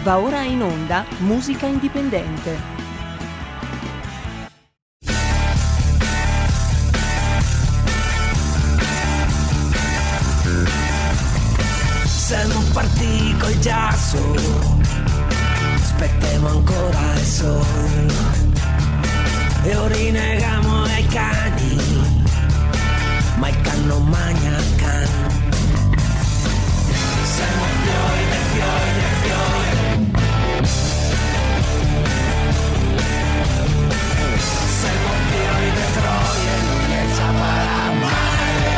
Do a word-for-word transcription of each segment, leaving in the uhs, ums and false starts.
Va ora in onda Musica Indipendente. Siamo partiti col giasso, aspettiamo ancora il sole e orinegamo ai cani, ma il can non magna can. Siamo fiori e fiori e fiori, siamo fiori di Troia e lui ne saprà male.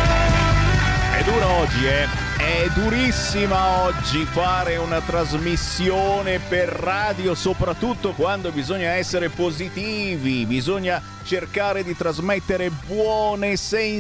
È dura oggi, eh? È durissima oggi fare una trasmissione per radio, soprattutto quando bisogna essere positivi, bisogna cercare di trasmettere buone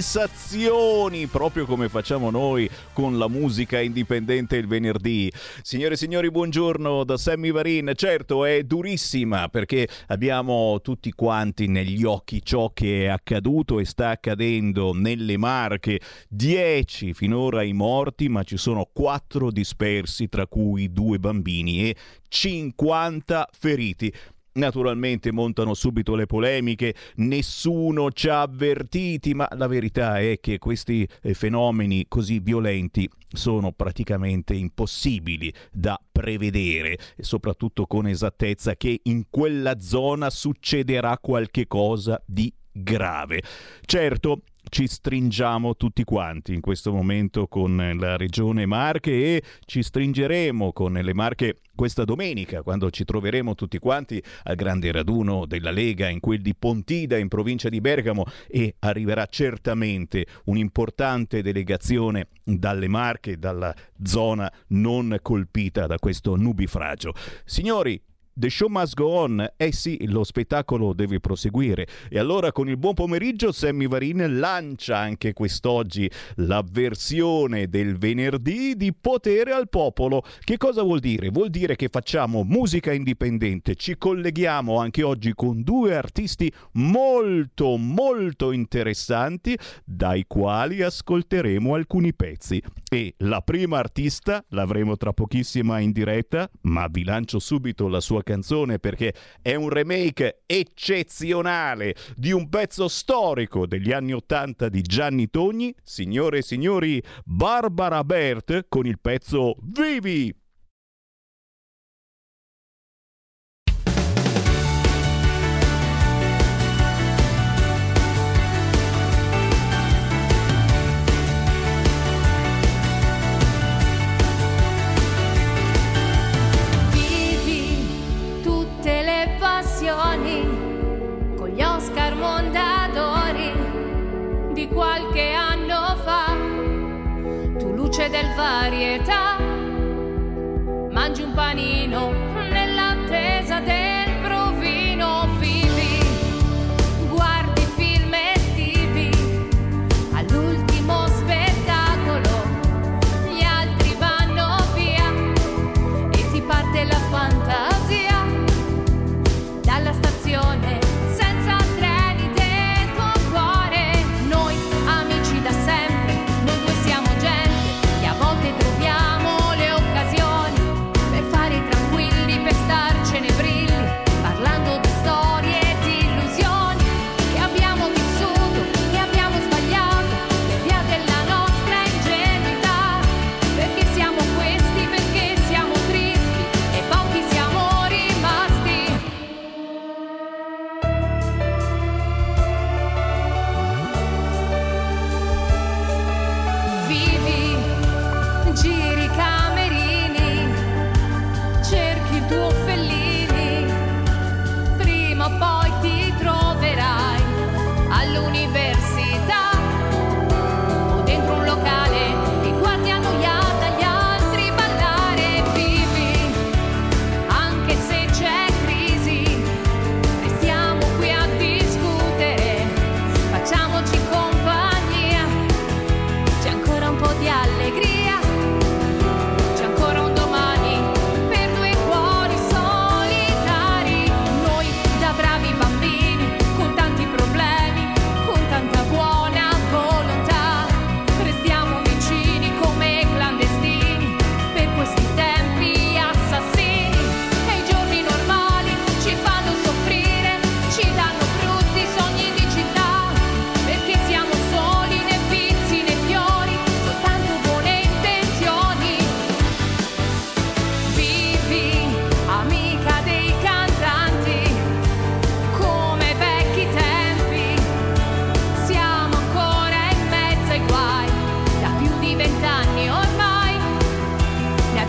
sensazioni, proprio come facciamo noi con la musica indipendente il venerdì. Signore e signori, buongiorno da Sammy Varin. Certo, è durissima perché abbiamo tutti quanti negli occhi ciò che è accaduto e sta accadendo nelle Marche. Dieci finora i morti, ma ci sono quattro dispersi, tra cui due bambini, e cinquanta feriti. Naturalmente montano subito le polemiche, nessuno ci ha avvertiti, ma la verità è che questi fenomeni così violenti sono praticamente impossibili da prevedere, e soprattutto con esattezza che in quella zona succederà qualche cosa di grave. Certo, ci stringiamo tutti quanti in questo momento con la regione Marche e ci stringeremo con le Marche questa domenica, quando ci troveremo tutti quanti al grande raduno della Lega in quel di Pontida in provincia di Bergamo, e arriverà certamente un'importante delegazione dalle Marche, dalla zona non colpita da questo nubifragio. Signori, The show must go on. Eh sì, lo spettacolo deve proseguire. E allora con il buon pomeriggio Sammy Varin lancia anche quest'oggi la versione del venerdì di Potere al Popolo. Che cosa vuol dire? Vuol dire che facciamo musica indipendente. Ci colleghiamo anche oggi con due artisti molto molto interessanti, dai quali ascolteremo alcuni pezzi. E la prima artista l'avremo tra pochissima in diretta, ma vi lancio subito la sua canzone perché è un remake eccezionale di un pezzo storico degli anni ottanta di Gianni Togni. Signore e signori, Barbara Bert con il pezzo Vivi! Con gli Oscar Mondadori di qualche anno fa, tu luce del varietà, mangi un panino nell'attesa del provino, vivi, guardi film estivi, all'ultimo spettacolo gli altri vanno via e ti parte la fantasia dalla stazione senza treni del tuo cuore. Noi amici da sempre, noi due siamo gente che a volte troviamo le occasioni per fare tranquilli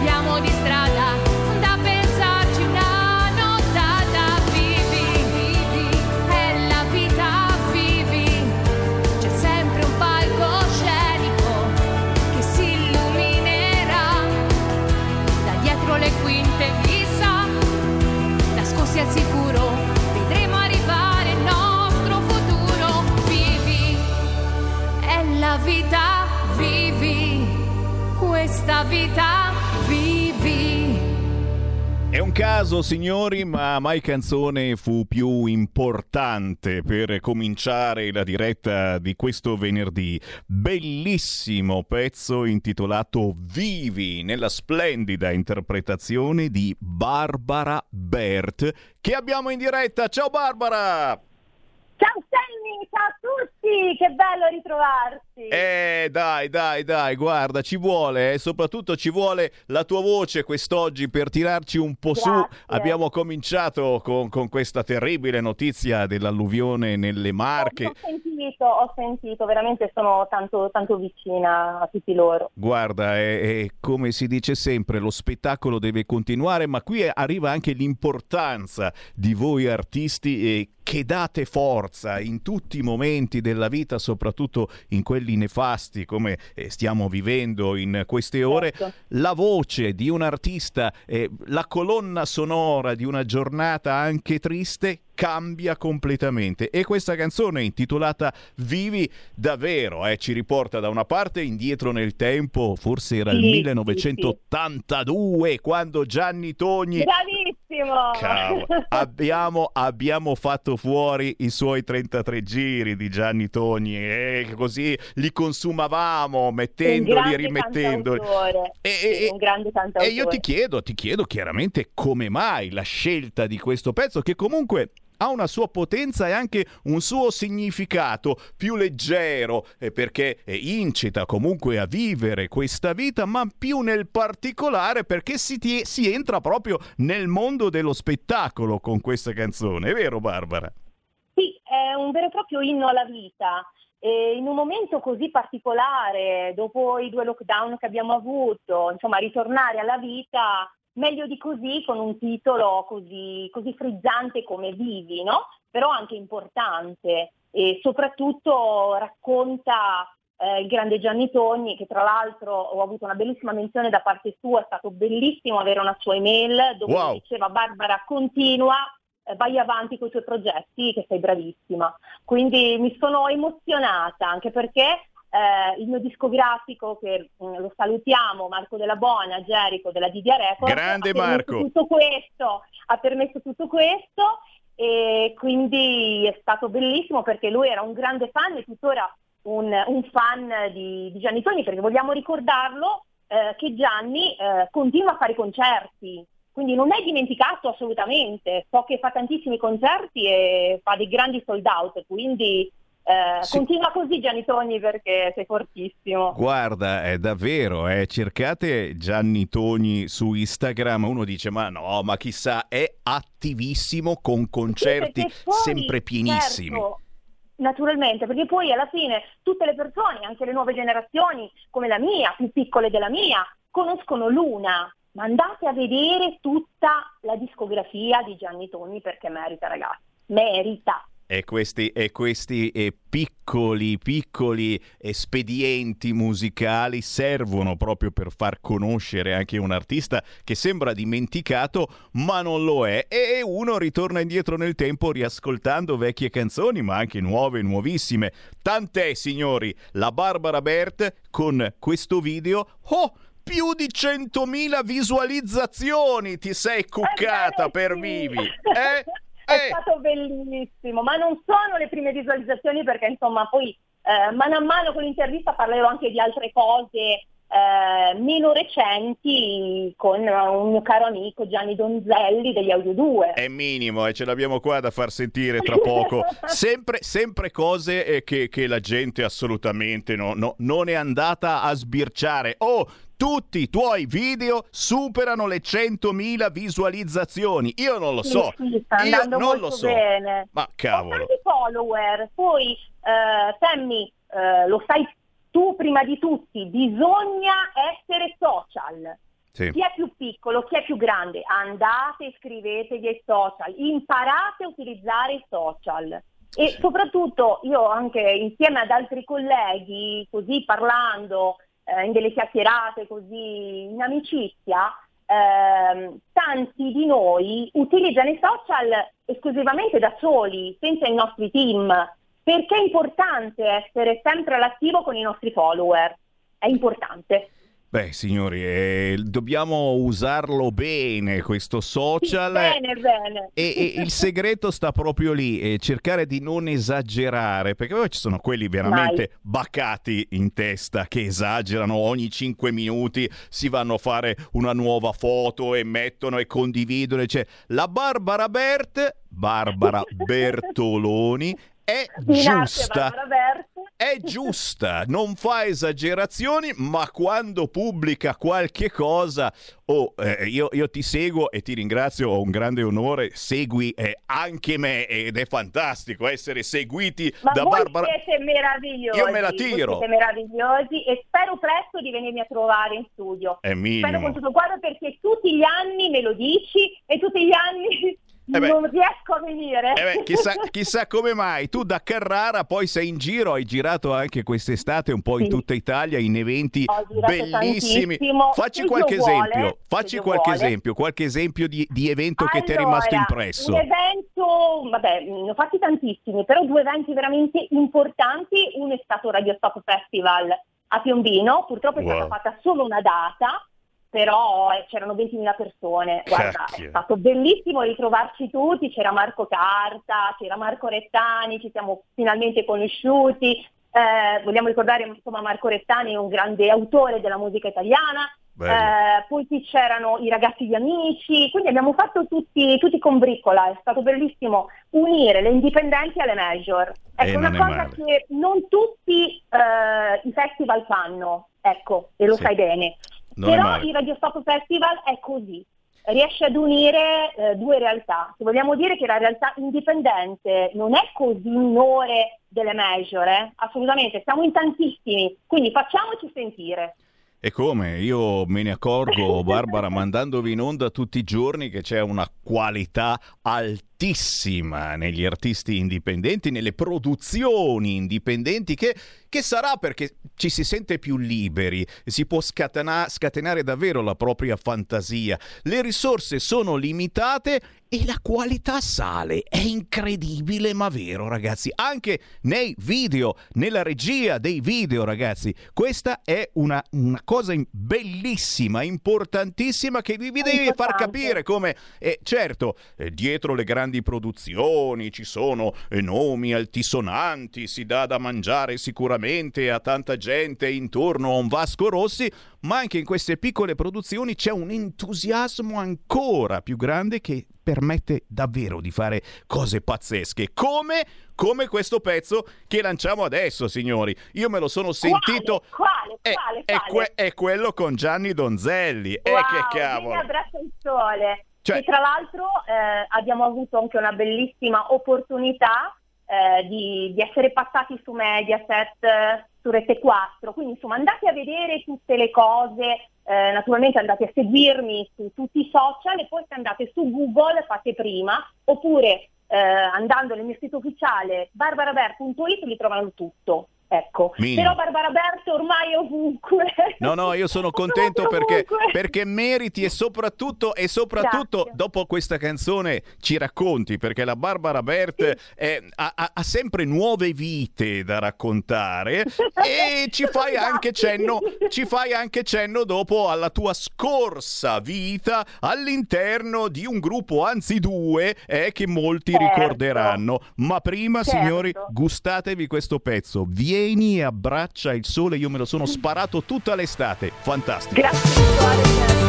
abbiamo di strada da pensarci una nottata. Vivi, vivi, è la vita, vivi, c'è sempre un palcoscenico che si illuminerà da dietro le quinte, chissà, nascosti al sicuro vedremo arrivare il nostro futuro. Vivi, è la vita, vivi, questa vita vivi. È un caso, signori, ma mai canzone fu più importante per cominciare la diretta di questo venerdì. Bellissimo pezzo intitolato Vivi, nella splendida interpretazione di Barbara Bert, che abbiamo in diretta. Ciao Barbara! Ciao Sammy, ciao a tutti, che bello ritrovarti. Eh dai dai dai, guarda, ci vuole, eh, soprattutto ci vuole la tua voce quest'oggi per tirarci un po' Grazie. su. Abbiamo cominciato con, con questa terribile notizia dell'alluvione nelle Marche. Ho sentito, ho sentito, veramente sono tanto, tanto vicina a tutti loro. Guarda, è, è come si dice sempre, lo spettacolo deve continuare, ma qui arriva anche l'importanza di voi artisti e che date forza in tutti i momenti della vita, soprattutto in quelli nefasti come eh, stiamo vivendo in queste ore. Certo. La voce di un artista, eh, la colonna sonora di una giornata anche triste cambia completamente, e questa canzone intitolata Vivi davvero eh, ci riporta da una parte indietro nel tempo, forse era il Sì, millenovecentottantadue, sì, sì. Quando Gianni Togni, bravissimo, cavolo, abbiamo, abbiamo fatto fuori i suoi trentatré giri di Gianni Togni e così li consumavamo mettendoli e rimettendoli e, sì, e, un grande cantautore. E io ti chiedo, ti chiedo chiaramente come mai la scelta di questo pezzo, che comunque ha una sua potenza e anche un suo significato più leggero, eh, perché eh, incita comunque a vivere questa vita, ma più nel particolare perché si, tie- si entra proprio nel mondo dello spettacolo con questa canzone, è vero Barbara? Sì, è un vero e proprio inno alla vita. E in un momento così particolare, dopo i due lockdown che abbiamo avuto, insomma, ritornare alla vita meglio di così, con un titolo così, così frizzante come Vivi, no? Però anche importante, e soprattutto racconta eh, il grande Gianni Togni, che tra l'altro ho avuto una bellissima menzione da parte sua, è stato bellissimo avere una sua email dove wow. diceva: Barbara, continua, eh, vai avanti con i tuoi progetti, che sei bravissima. Quindi mi sono emozionata, anche perché Eh, il mio discografico, che mh, lo salutiamo, Marco Della Bona, Jericho della Didia Records, grande ha permesso Marco, tutto questo, ha permesso tutto questo, e quindi è stato bellissimo, perché lui era un grande fan e tuttora un, un fan di, di Gianni Togni, perché vogliamo ricordarlo eh, che Gianni eh, continua a fare concerti, quindi non è dimenticato assolutamente, so che fa tantissimi concerti e fa dei grandi sold out, quindi Eh, sì. Continua così Gianni Togni, perché sei fortissimo. Guarda, è davvero, eh, cercate Gianni Togni su Instagram, uno dice ma no, ma chissà, è attivissimo con concerti sì, poi, sempre pienissimi. Certo, naturalmente, perché poi alla fine tutte le persone, anche le nuove generazioni come la mia, più piccole della mia, conoscono Luna, ma andate a vedere tutta la discografia di Gianni Togni, perché merita, ragazzi, merita. E questi, e questi eh, piccoli, piccoli espedienti musicali servono proprio per far conoscere anche un artista che sembra dimenticato, ma non lo è. E uno ritorna indietro nel tempo riascoltando vecchie canzoni, ma anche nuove, nuovissime. Tant'è, signori, la Barbara Bert con questo video... Oh! Più di centomila visualizzazioni ti sei cuccata eh, per sì. Vivi, eh? È Eh. stato bellissimo, ma non sono le prime visualizzazioni, perché insomma poi eh, mano a mano con l'intervista parlerò anche di altre cose eh, meno recenti, con un mio caro amico Gianni Donzelli degli Audio due. È minimo, e eh, ce l'abbiamo qua da far sentire tra poco. Sempre, sempre cose eh, che, che la gente assolutamente no, no, non è andata a sbirciare. Oh, tutti i tuoi video superano le centomila visualizzazioni. Io non lo so. Sì, sì, sta andando Io non molto lo so. bene. Ma cavolo. Ho tanti follower. Poi, eh, Sammy, eh, lo sai tu prima di tutti, bisogna essere social. Sì. Chi è più piccolo, chi è più grande, andate, iscrivetevi ai social, imparate a utilizzare i social. E Sì. soprattutto io anche insieme ad altri colleghi, così parlando eh, in delle chiacchierate così in amicizia, ehm, tanti di noi utilizzano i social esclusivamente da soli, senza i nostri team, perché è importante essere sempre all'attivo con i nostri follower, è importante. Beh, signori, eh, dobbiamo usarlo bene questo social. Sì, bene, bene. E, e il segreto sta proprio lì, eh, cercare di non esagerare, perché poi ci sono quelli veramente Mai. bacati in testa che esagerano, ogni cinque minuti si vanno a fare una nuova foto e mettono e condividono. Cioè, la Barbara Bert, Barbara Bertoloni, è In arte giusta. Barbara Bert. È giusta, non fa esagerazioni, ma quando pubblica qualche cosa, oh, eh, io, io ti seguo e ti ringrazio, ho un grande onore, segui eh, anche me ed è fantastico essere seguiti Ma da voi Barbara. siete meravigliosi. Io me la Voi tiro. siete meravigliosi e spero presto di venirmi a trovare in studio. È Spero minimo. con tutto il cuore perché tutti gli anni me lo dici e tutti gli anni Eh beh. non riesco a venire. Eh beh, chissà, chissà come mai, tu da Carrara poi sei in giro, hai girato anche quest'estate un po' in Sì. tutta Italia in eventi Ho girato bellissimi. tantissimo. Facci Se qualche Dio vuole, esempio, se facci Dio qualche vuole. esempio, qualche esempio di, di evento che ti è Allora, rimasto impresso. Un evento, vabbè, ne ho fatti tantissimi, però due eventi veramente importanti. Uno è stato Radio Stop Festival a Piombino, purtroppo è Wow. stata fatta solo una data, però eh, c'erano ventimila persone. Guarda, Cacchio. è stato bellissimo ritrovarci tutti, c'era Marco Carta, c'era Marco Rettani, ci siamo finalmente conosciuti. Eh, vogliamo ricordare, insomma, Marco Rettani è un grande autore della musica italiana. Bello. Eh, poi ci c'erano i ragazzi di Amici, quindi abbiamo fatto tutti, tutti con briccola, è stato bellissimo unire le indipendenti alle major. Eh, Ecco, una non è cosa male. che non tutti eh, i festival fanno, ecco, e lo Sì. sai bene. Non è Però male. il Radio Stop Festival è così, riesce ad unire eh, due realtà. Se vogliamo dire che la realtà indipendente non è così minore delle major, eh? Assolutamente, siamo in tantissimi, quindi facciamoci sentire. E come? Io me ne accorgo, Barbara, mandandovi in onda tutti i giorni che c'è una qualità altissima negli artisti indipendenti, nelle produzioni indipendenti, che, che sarà perché ci si sente più liberi, si può scatena- scatenare davvero la propria fantasia, le risorse sono limitate e la qualità sale. È incredibile ma vero, ragazzi, anche nei video, nella regia dei video, ragazzi, questa è una, una cosa in- bellissima, importantissima, che vi, vi devi far Importante. capire come, eh, certo, eh, dietro le grandi produzioni ci sono eh, nomi altisonanti, si dà da mangiare sicuramente a tanta gente intorno a un Vasco Rossi, ma anche in queste piccole produzioni c'è un entusiasmo ancora più grande che permette davvero di fare cose pazzesche, come, come questo pezzo che lanciamo adesso, signori. Io me lo sono sentito. Quale? È, Quale? è Quale? que- è quello con Gianni Donzelli. E Wow, eh, che cavolo! Vieni abbraccia il sole. Cioè- E tra l'altro eh, abbiamo avuto anche una bellissima opportunità eh, di, di essere passati su Mediaset, eh, su Rete quattro, quindi insomma andate a vedere tutte le cose, eh, naturalmente andate a seguirmi su tutti i social e poi se andate su Google fate prima, oppure eh, andando nel mio sito ufficiale barbaraber punto it vi trovano tutto. Ecco, Minimo. però Barbara Berto ormai è ovunque. No, no, io sono contento perché, ovunque. perché meriti e soprattutto, e soprattutto Grazie. dopo questa canzone ci racconti, perché la Barbara Bert eh, ha, ha- ha sempre nuove vite da raccontare e ci fai anche cenno, ci fai anche cenno dopo alla tua scorsa vita all'interno di un gruppo, anzi due, eh, che molti Certo. ricorderanno. Ma prima, Certo. signori, gustatevi questo pezzo. Vieni e abbraccia il sole, io me lo sono sparato tutta l'estate. Fantastico. Grazie di cuore.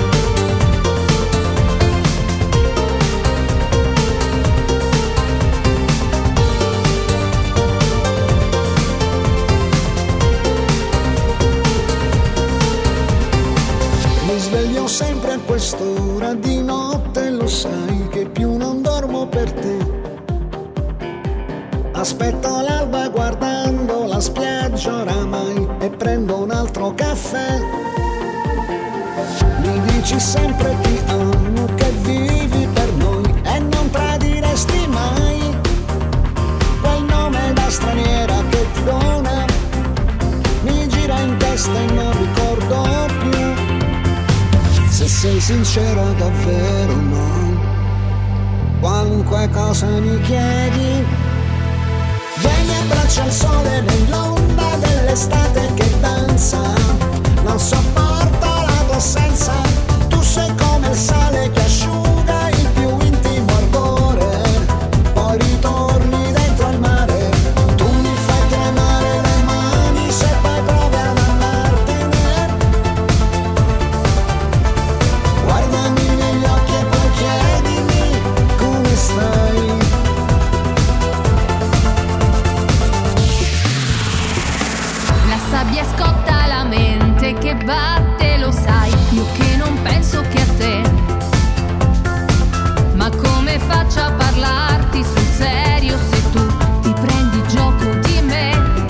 Mi sveglio sempre a quest'ora di notte, lo sai che più non dormo per te. Aspetto l'alba guardando la spiaggia oramai e prendo un altro caffè. Mi dici sempre ti amo, che vivi per noi e non tradiresti mai quel nome da straniera che ti dona, mi gira in testa e non ricordo più se sei sincera davvero. No, qualunque cosa mi chiedi, vieni, abbraccia il sole nell'onda dell'estate che danza, non sopporto la tua assenza, tu sei come il sale che asciuga il più intimo ardore, poi ritorni dentro al mare, tu mi fai tremare le mani se poi provi ad andartene, guardami negli occhi e poi chiedimi come stai. La sabbia scotta la mente che batte, lo sai, io che non penso che a te. Ma come faccio a parlarti sul serio se tu ti prendi gioco di me?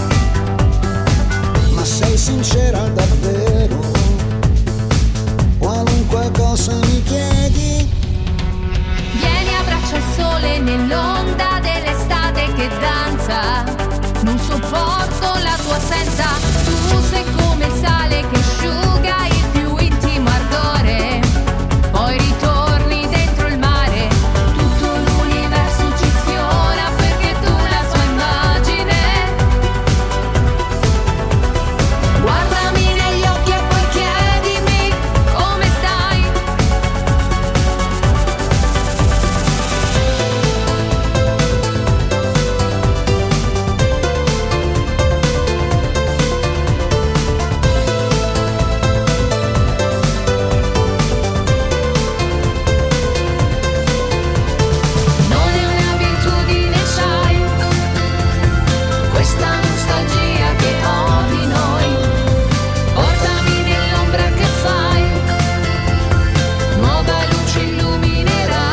Ma sei sincera davvero? Qualunque cosa mi chiedi, Vieni, abbraccia il sole nell'onda dell'estate che danza, non sopporto la tua assenza, tu sei come il sale che asciuga il più intimo ardore, poi ritorni dentro il mare, tutto l'universo ci sfiora perché tu la sua immagine, guardami negli occhi e poi chiedimi come stai. Non è un'abitudine, sai, questa nostalgia che ho di noi, portami nell'ombra che fai, nuova luce illuminerà.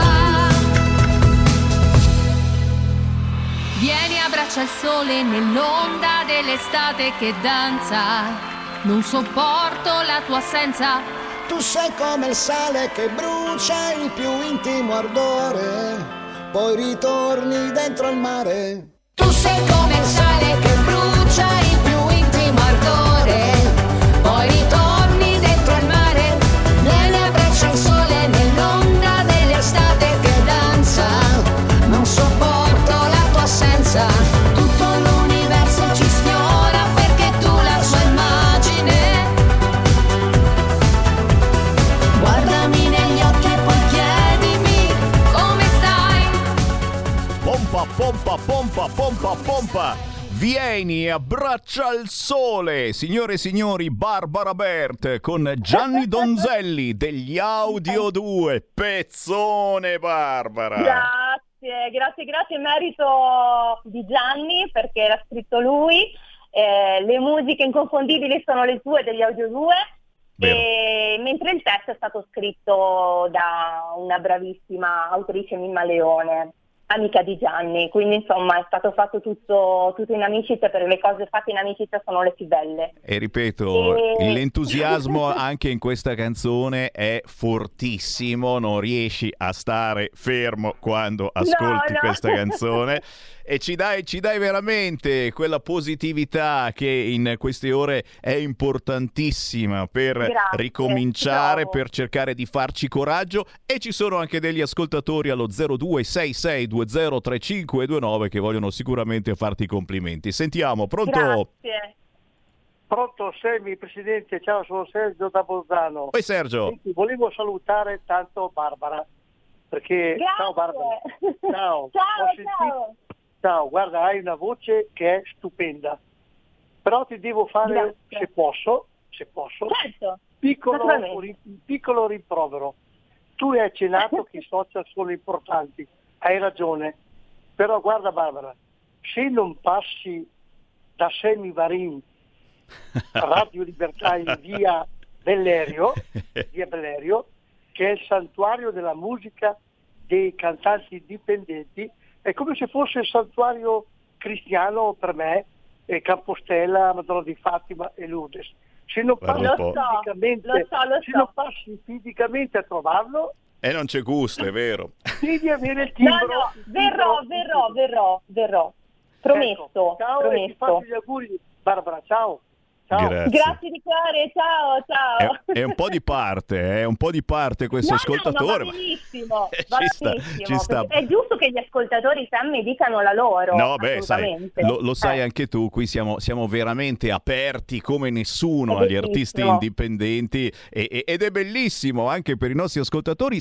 Vieni, abbraccia il sole nell'onda dell'estate che danza, non sopporto la tua assenza, tu sei come il sale che brucia il più intimo ardore, poi ritorni dentro al mare. tu sei come il sale che brucia il più intimo ardore, poi ritorni dentro al mare, vieni, abbraccia il sole nell'onda dell'estate che danza, non sopporto la tua assenza, tutto l'universo ci sfiora perché tu la sua immagine, guardami negli occhi e poi chiedimi come stai. Pompa, pompa, pompa, pompa, pompa. Vieni, abbraccia il sole. Signore e signori, Barbara Bert con Gianni Donzelli degli Audio due. Pezzone, Barbara. Grazie, grazie, grazie, merito di Gianni perché l'ha scritto lui, eh, le musiche inconfondibili sono le sue degli Audio due, e mentre il testo è stato scritto da una bravissima autrice, Mimma Leone, amica di Gianni, quindi insomma è stato fatto tutto, tutto in amicizia, perché le cose fatte in amicizia sono le più belle. E ripeto, E- l'entusiasmo anche in questa canzone è fortissimo, non riesci a stare fermo quando ascolti no. questa canzone e ci dai, ci dai veramente quella positività che in queste ore è importantissima per Grazie, ricominciare, ti trovo. per cercare di farci coraggio, e ci sono anche degli ascoltatori allo zero due sei sei due zero tre cinque due nove che vogliono sicuramente farti i complimenti. Sentiamo, pronto? Grazie. Pronto, Semi, Presidente, ciao, sono Sergio da Bolzano. Poi Sergio. Senti, volevo salutare tanto Barbara, perché... Grazie. Ciao Barbara. Ciao. Ciao, Ho sentito- ciao. Ciao, guarda, hai una voce che è stupenda, però ti devo fare, Grazie. se posso, se posso, Certo. piccolo, naturalmente. ri- piccolo rimprovero. Tu hai accennato che i social sono importanti, hai ragione, però guarda Barbara, se non passi da Semi Varin, Radio Libertà in via Bellerio, via Bellerio, che è il santuario della musica dei cantanti indipendenti, è come se fosse il santuario cristiano per me, e Campostella, Madonna di Fatima e Lourdes. Se non passi Lo so, fisicamente, lo so, lo se so. non passi fisicamente a trovarlo, E non c'è gusto, è vero. devi avere il No, timbro. no, il verrò, timbro- verrò, verrò, verrò. Promesso, Ecco, ciao e ti promesso. faccio gli auguri, Barbara, ciao. Ciao. Grazie. Grazie di cuore, ciao, ciao. È, è un po' di parte, è un po' di parte questo No, ascoltatore. no, ma va ma- benissimo, Eh, va ci sta, benissimo, ci sta. perché è giusto che gli ascoltatori Sammy dicano la loro. No, beh, sai, assolutamente. lo, lo sai Eh. anche tu, qui siamo, siamo veramente aperti come nessuno È agli artisti bellissimo. indipendenti e- e- ed è bellissimo anche per i nostri ascoltatori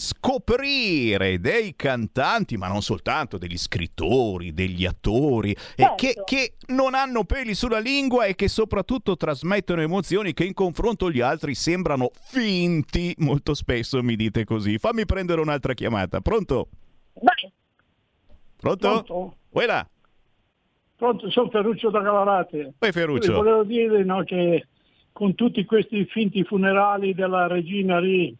scoprire dei cantanti, ma non soltanto, degli scrittori, degli attori, eh, che, Certo. che non hanno peli sulla lingua e che soprattutto trasmettono emozioni che in confronto agli altri sembrano finti. Molto spesso mi dite così. Fammi prendere un'altra chiamata. Pronto? Vai. Pronto? Pronto? Uela? Pronto, sono Ferruccio da Galarate. Poi Io Ferruccio. volevo dire no, che con tutti questi finti funerali della regina lì,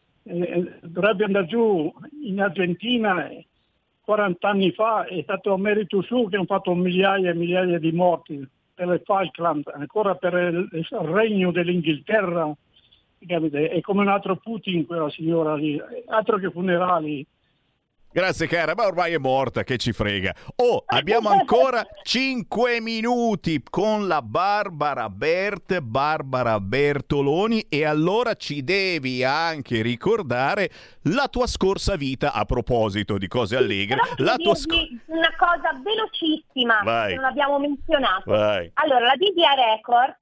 eh, dovrebbe andare giù in Argentina. eh, quaranta anni fa è stato a merito suo che hanno fatto migliaia e migliaia di morti per le Falkland, ancora per il, il regno dell'Inghilterra. Capite? È come un altro Putin quella signora lì, altro che funerali. Grazie cara, ma ormai è morta, che ci frega. Oh, abbiamo ancora cinque minuti con la Barbara Bert, Barbara Bertoloni, e allora ci devi anche ricordare la tua scorsa vita, a proposito di cose allegre. Però La tua dirvi una cosa velocissima Vai. che non abbiamo menzionato. Vai. Allora, la D D A Records,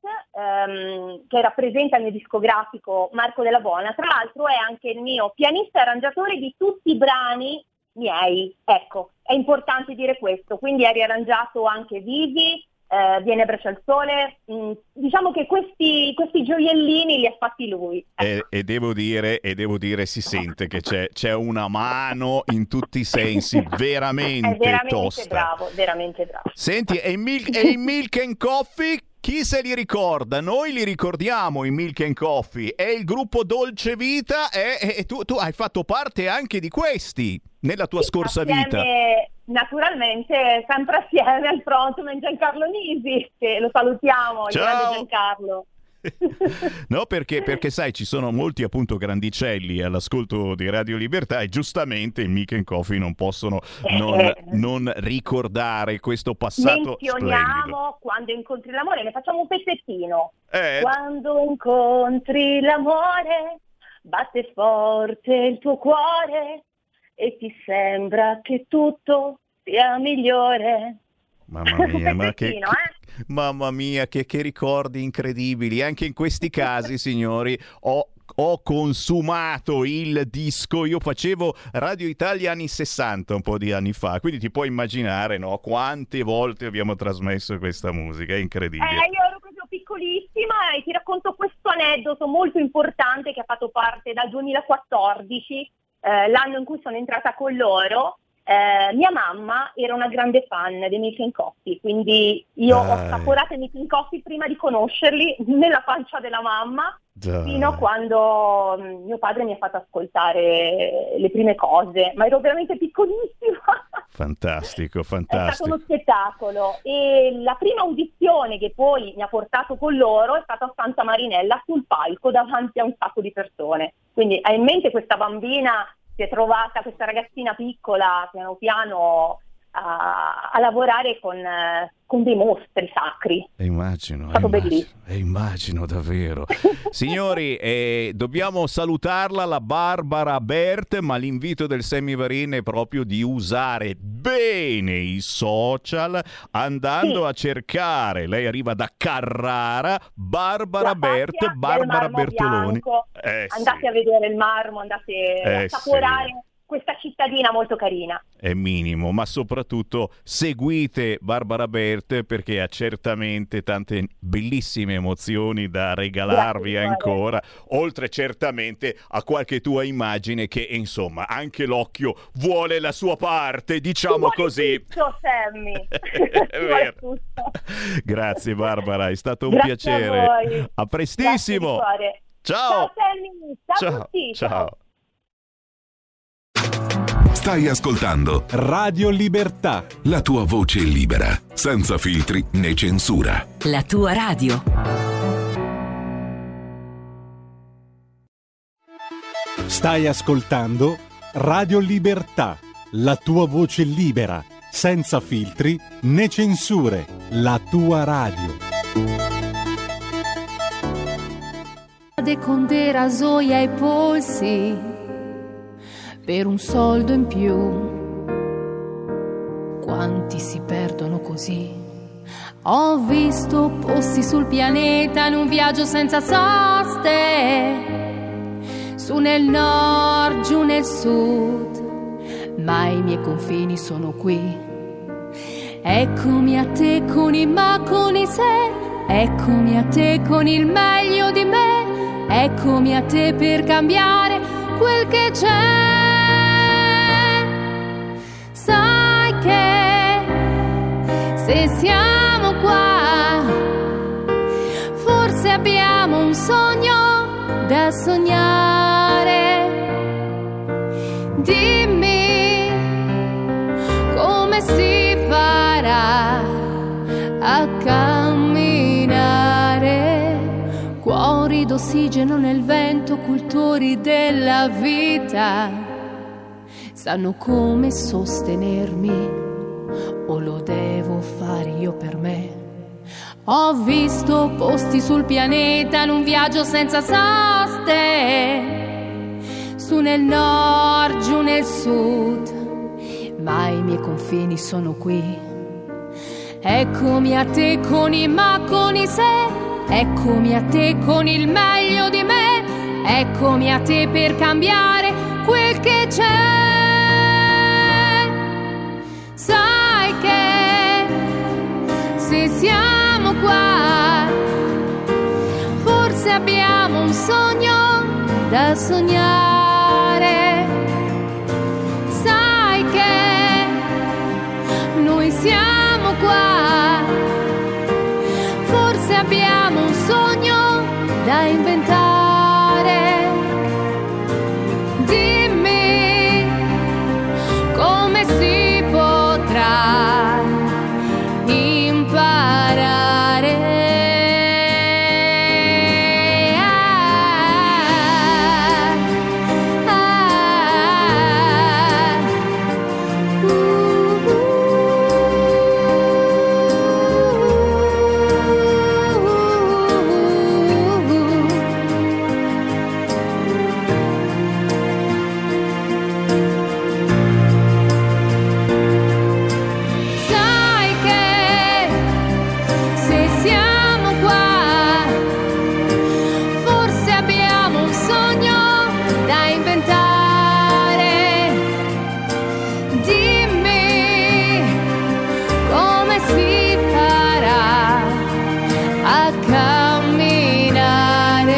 ehm, che rappresenta il mio discografico Marco Della Bona, tra l'altro è anche il mio pianista e arrangiatore di tutti i brani miei. Ecco, è importante dire questo. Quindi ha riarrangiato anche Vivi, eh, Vieni a braccia al sole. Mm, diciamo che questi, questi gioiellini li ha fatti lui. E, e devo dire, e devo dire, si sente che c'è, c'è una mano in tutti i sensi, veramente, È veramente tosta. bravo, veramente bravo. Senti, e i Milk, e i Milk and Coffee? Chi se li ricorda? Noi li ricordiamo i Milk and Coffee. È il gruppo Dolce Vita e, e tu, tu hai fatto parte anche di questi nella tua scorsa Assieme, vita. Naturalmente, sempre assieme al frontman Giancarlo Nisi, che lo salutiamo, il Ciao. grande Giancarlo. No, perché, perché sai, ci sono molti appunto grandicelli all'ascolto di Radio Libertà e giustamente i Milk and Coffee non possono non, Eh. non ricordare questo passato splendido. Menzioniamo Quando incontri l'amore, ne facciamo un pezzettino. Eh, Quando incontri l'amore, batte forte il tuo cuore e ti sembra che tutto sia migliore. mamma mia, ma che, Pezzettino, che- eh? mamma mia, che, che ricordi incredibili. Anche in questi casi, signori, ho ho consumato il disco. Io facevo Radio Italia anni sessanta un po' di anni fa, quindi ti puoi immaginare, no, quante volte abbiamo trasmesso questa musica, è incredibile. Eh, io ero proprio piccolissima e ti racconto questo aneddoto molto importante che ha fatto parte dal duemilaquattordici, eh, l'anno in cui sono entrata con loro. Eh, mia mamma era una grande fan dei Milk and Coffee, quindi io ho Dai. assaporato i Milk and Coffee prima di conoscerli nella pancia della mamma, Dai. fino a quando mh, mio padre mi ha fatto ascoltare le prime cose, ma ero veramente piccolissima. Fantastico, È stato fantastico. uno spettacolo e la prima audizione che poi mi ha portato con loro è stata a Santa Marinella sul palco davanti a un sacco di persone. Quindi hai in mente questa bambina, si è trovata, questa ragazzina piccola, piano piano a, a lavorare con, eh, con dei mostri sacri. E immagino, È stato immagino, bellissimo. e immagino davvero. Signori, eh, dobbiamo salutarla, la Barbara Bert, ma l'invito del Semivarin è proprio di usare bene i social, andando Sì. a cercare, lei arriva da Carrara, Barbara La Bert, patria del Barbara marmo Bertoloni. bianco. Eh, Andate sì. a vedere il marmo, andate Eh, a assaporare questa cittadina molto carina. È minimo, ma soprattutto seguite Barbara Bert perché ha certamente tante bellissime emozioni da regalarvi Grazie, ancora, oltre certamente a qualche tua immagine che insomma anche l'occhio vuole la sua parte, diciamo Ci vuole così. tutto, Sammy. È Ci vuole vero. tutto. Grazie Barbara, è stato un Grazie piacere. a voi. A prestissimo. Grazie di cuore. Ciao. Ciao Sammy, ciao, a Ciao. tutti. Ciao. Stai ascoltando Radio Libertà. la tua voce libera, senza filtri né censura. La tua radio. Stai ascoltando Radio Libertà, la tua voce libera, senza filtri né censure, la tua radio. Con dei rasoi ai polsi per un soldo in più. Quanti si perdono così? Ho visto posti sul pianeta in un viaggio senza soste, su nel nord, giù nel sud, ma i miei confini sono qui. Eccomi a te con i ma, con i se, eccomi a te con il meglio di me, eccomi a te per cambiare quel che c'è. Sai che se siamo qua, forse abbiamo un sogno da sognare. Dimmi come si farà a camminare. Cuori d'ossigeno nel vento, cultori della vita, sanno come sostenermi. O lo devo fare io per me? Ho visto posti sul pianeta in un viaggio senza soste, su nel nord, giù nel sud, ma i miei confini sono qui. Eccomi a te con i ma, con i se, eccomi a te con il meglio di me, eccomi a te per cambiare quel che c'è. Sai che se siamo qua, forse abbiamo un sogno da sognare. Sai che noi siamo qua, forse abbiamo un sogno da inventare. Dimmi come si potrà imparare. Ah, ah, uh, uh, Sai che se siamo qua, forse abbiamo un sogno da inventare. Dimmi come si farà a camminare.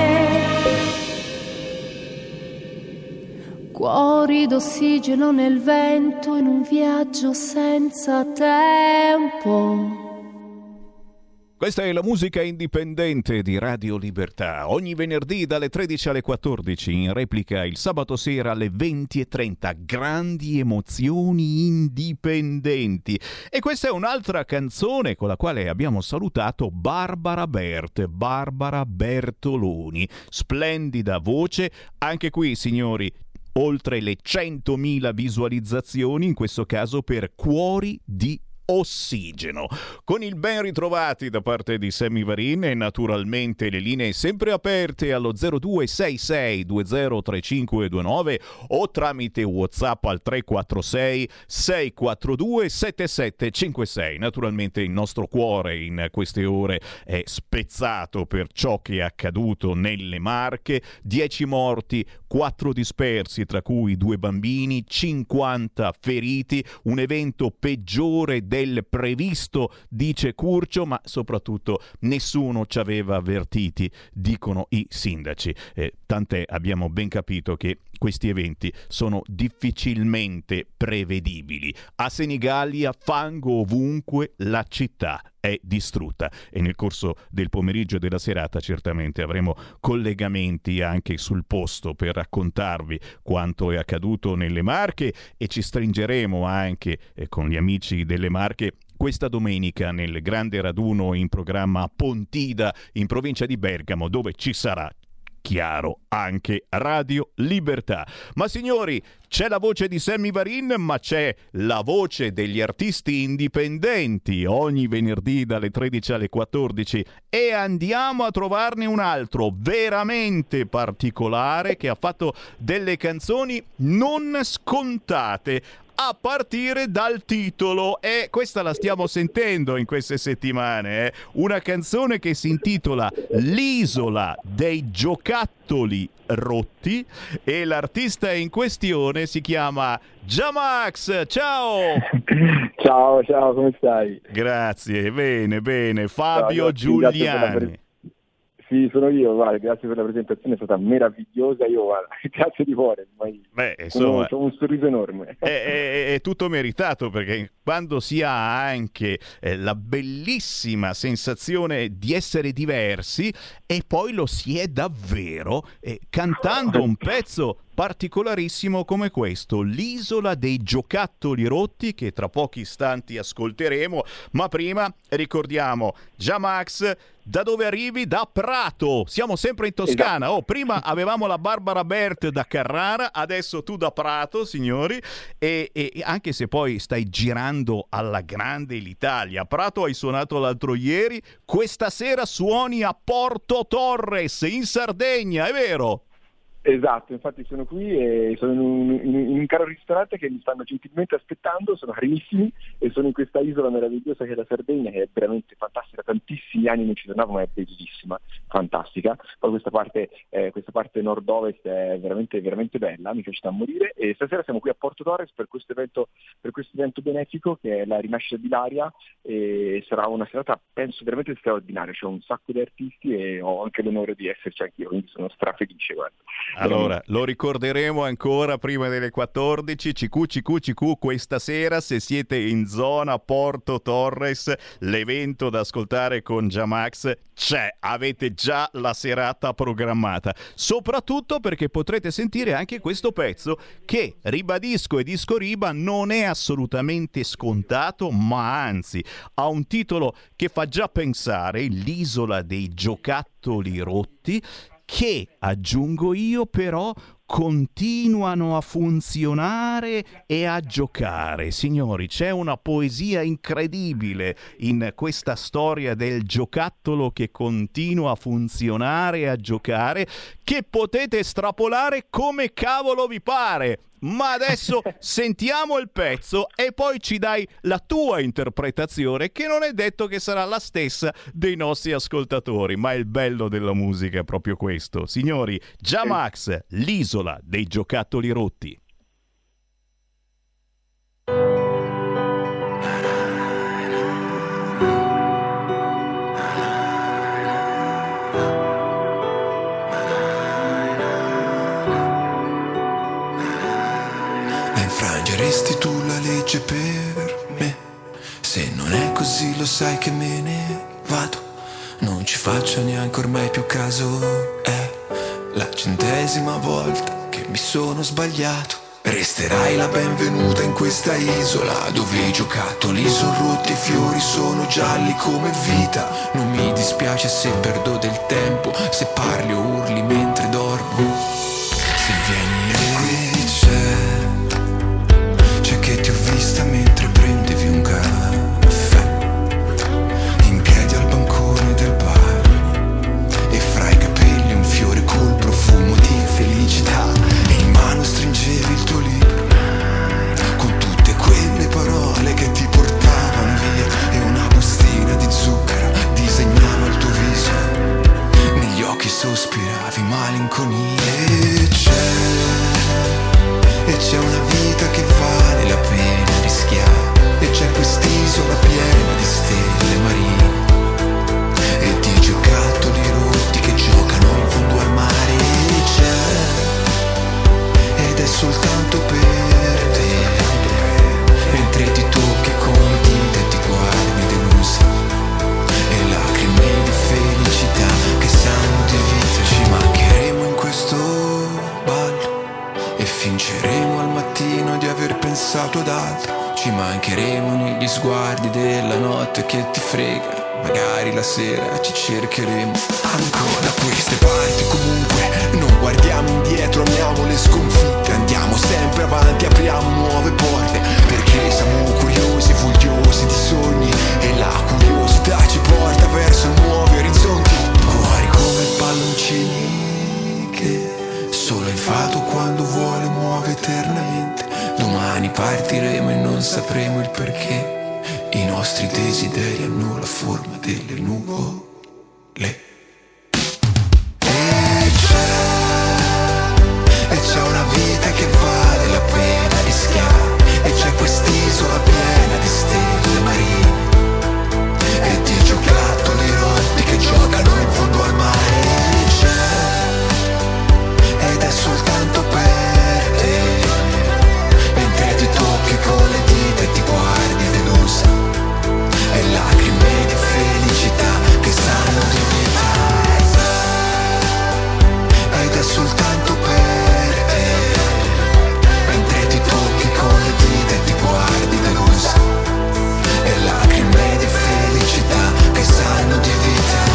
Cuori d'ossigeno nel vento in un viaggio senza tempo. Questa è la musica indipendente di Radio Libertà. Ogni venerdì dalle tredici alle quattordici, in replica il sabato sera alle venti e trenta. Grandi emozioni indipendenti. E questa è un'altra canzone con la quale abbiamo salutato Barbara Bert, Barbara Bertoloni. Splendida voce. Anche qui, signori, oltre le centomila visualizzazioni, in questo caso per Cuori di Ossigeno. Con il ben ritrovati da parte di Sammy Varin e naturalmente le linee sempre aperte allo zero due sei sei due zero tre cinque due nove o tramite WhatsApp al tre quattro sei sei quattro due sette sette cinque sei. Naturalmente il nostro cuore in queste ore è spezzato per ciò che è accaduto nelle Marche: dieci morti, quattro dispersi, tra cui due bambini, cinquanta feriti, un evento peggiore del previsto, dice Curcio, ma soprattutto nessuno ci aveva avvertiti, dicono i sindaci. Eh, tant'è, abbiamo ben capito che questi eventi sono difficilmente prevedibili. A Senigallia fango ovunque, la città è distrutta, e nel corso del pomeriggio e della serata certamente avremo collegamenti anche sul posto per raccontarvi quanto è accaduto nelle Marche, e ci stringeremo anche eh, con gli amici delle Marche questa domenica nel grande raduno in programma a Pontida in provincia di Bergamo, dove ci sarà chiaro, anche Radio Libertà. Ma signori, c'è la voce di Sammy Varin, ma c'è la voce degli artisti indipendenti ogni venerdì dalle tredici alle quattordici, e andiamo a trovarne un altro veramente particolare che ha fatto delle canzoni non scontate, a partire dal titolo, e questa la stiamo sentendo in queste settimane, eh? Una canzone che si intitola L'isola dei giocattoli rotti, e l'artista in questione si chiama Jamax. Ciao! Ciao, ciao, come stai? Grazie, bene, bene. Fabio ciao, Giuliani. Sì, sono io, guarda, grazie per la presentazione, è stata meravigliosa, io guarda, grazie di cuore, Beh, insomma, ho un sorriso enorme. È, è, è tutto meritato, perché quando si ha anche eh, la bellissima sensazione di essere diversi, e poi lo si è davvero, eh, cantando un pezzo particolarissimo come questo, L'isola dei giocattoli rotti, che tra pochi istanti ascolteremo, ma prima ricordiamo Jamax. Da dove arrivi? Da Prato. Siamo sempre in Toscana. Esatto. Oh, prima avevamo la Barbara Bert da Carrara, adesso tu da Prato, signori. E, e anche se poi stai girando alla grande l'Italia. Prato hai suonato l'altro ieri, questa sera suoni a Porto Torres in Sardegna, è vero? Esatto, infatti sono qui e sono in un, in, in un caro ristorante che mi stanno gentilmente aspettando, sono carinissimi, e sono in questa isola meravigliosa che è la Sardegna, che è veramente fantastica, tantissimi anni non ci tornavo, ma è bellissima, fantastica. Poi questa parte, eh, questa parte nord-ovest è veramente, veramente bella, mi piace da morire, e stasera siamo qui a Porto Torres per questo evento, per questo evento benefico che è la rinascita di Ilaria, e sarà una serata penso veramente straordinaria, c'è un sacco di artisti e ho anche l'onore di esserci anch'io, quindi sono strafelice, guarda. Allora, lo ricorderemo ancora prima delle quattordici, C Q C Q C Q questa sera, se siete in zona Porto Torres, l'evento da ascoltare con Jamax c'è, avete già la serata programmata, soprattutto perché potrete sentire anche questo pezzo che, ribadisco e disco riba, non è assolutamente scontato, ma anzi ha un titolo che fa già pensare, L'isola dei giocattoli rotti, che, aggiungo io, però continuano a funzionare e a giocare. Signori, c'è una poesia incredibile in questa storia del giocattolo che continua a funzionare e a giocare, che potete estrapolare come cavolo vi pare. Ma adesso sentiamo il pezzo e poi ci dai la tua interpretazione, che non è detto che sarà la stessa dei nostri ascoltatori, ma il bello della musica è proprio questo. Signori, Jamax, L'isola dei giocattoli rotti. Infrangeresti tu la legge per me? Se non è così lo sai che me ne vado. Non ci faccio neanche ormai più caso. È la centesima volta che mi sono sbagliato. Resterai la benvenuta in questa isola, dove i giocattoli sono rotti e i fiori sono gialli come vita. Non mi dispiace se perdo del tempo, se parli o urli mentre dormo. Se vieni e c'è che ti ho vista mentre prendevi un caffè, in piedi al bancone del bar, e fra i capelli un fiore col profumo di felicità, e in mano stringevi il tuo libro con tutte quelle parole che ti portavano via, e una bustina di zucchero disegnava il tuo viso, negli occhi sospiravi malinconia. E c'è E c'è una vita che vale la pena rischiare, e c'è quest'isola piena di stelle marine e di giocattoli rotti che giocano in fondo al mare. E c'è, ed è soltanto per te, mentre ti tocchi con le dita e ti guardi delusa, e lacrime di felicità che sanno di vita. Ci mancheremo in questo ballo e fingeremo al mattino di aver pensato ad altro. Ci mancheremo negli sguardi della notte che ti frega magari la sera ci cercheremo ancora. Da queste parti comunque non guardiamo indietro, amiamo le sconfitte, andiamo sempre avanti, apriamo nuove porte, perché siamo curiosi, vogliosi di sogni, e la curiosità ci porta verso nuovi orizzonti. Cuori come palloncini che solo il fato quando vuole muove eternamente. Domani partiremo e non sapremo il perché. I nostri desideri hanno la forma delle nuvole. E c'è, e c'è una vita che vale la pena rischiare, e c'è quest'isola piena di stelle marine e di giocattoli rotti che giocano in fondo al mare. E c'è, ed è soltanto per te, mentre ti tocchi con le dita e ti guardi delusa, e lacrime di felicità che sanno di vita. Ed è soltanto per te, mentre ti tocchi con le dita e ti guardi delusa, e lacrime di felicità che sanno di vita.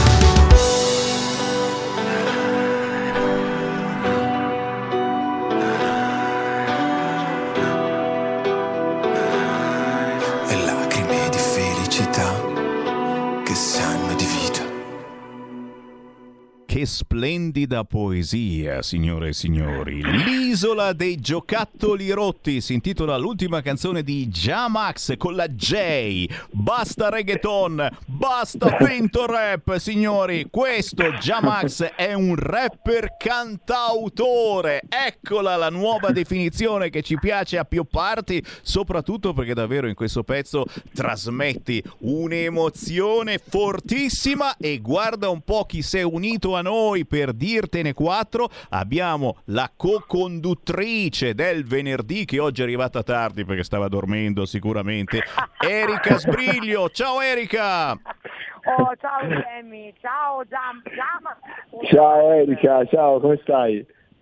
E lacrime di felicità che sanno di vita. Che splendida poesia, signore e signori. L'isola dei giocattoli rotti si intitola l'ultima canzone di Jamax con la J. Basta reggaeton, basta finto rap, signori. Questo Jamax è un rapper cantautore. Eccola la nuova definizione che ci piace a più parti, soprattutto perché davvero in questo pezzo trasmetti un'emozione fortissima. E guarda un po' chi si è unito a noi per dirtene quattro. Abbiamo la co-conduttrice del venerdì, che oggi è arrivata tardi perché stava dormendo sicuramente, Erika Sbriglio. Ciao Erika. Oh, ciao Sammy, ciao Giam, Giam. Ciao Erika, ciao, come stai?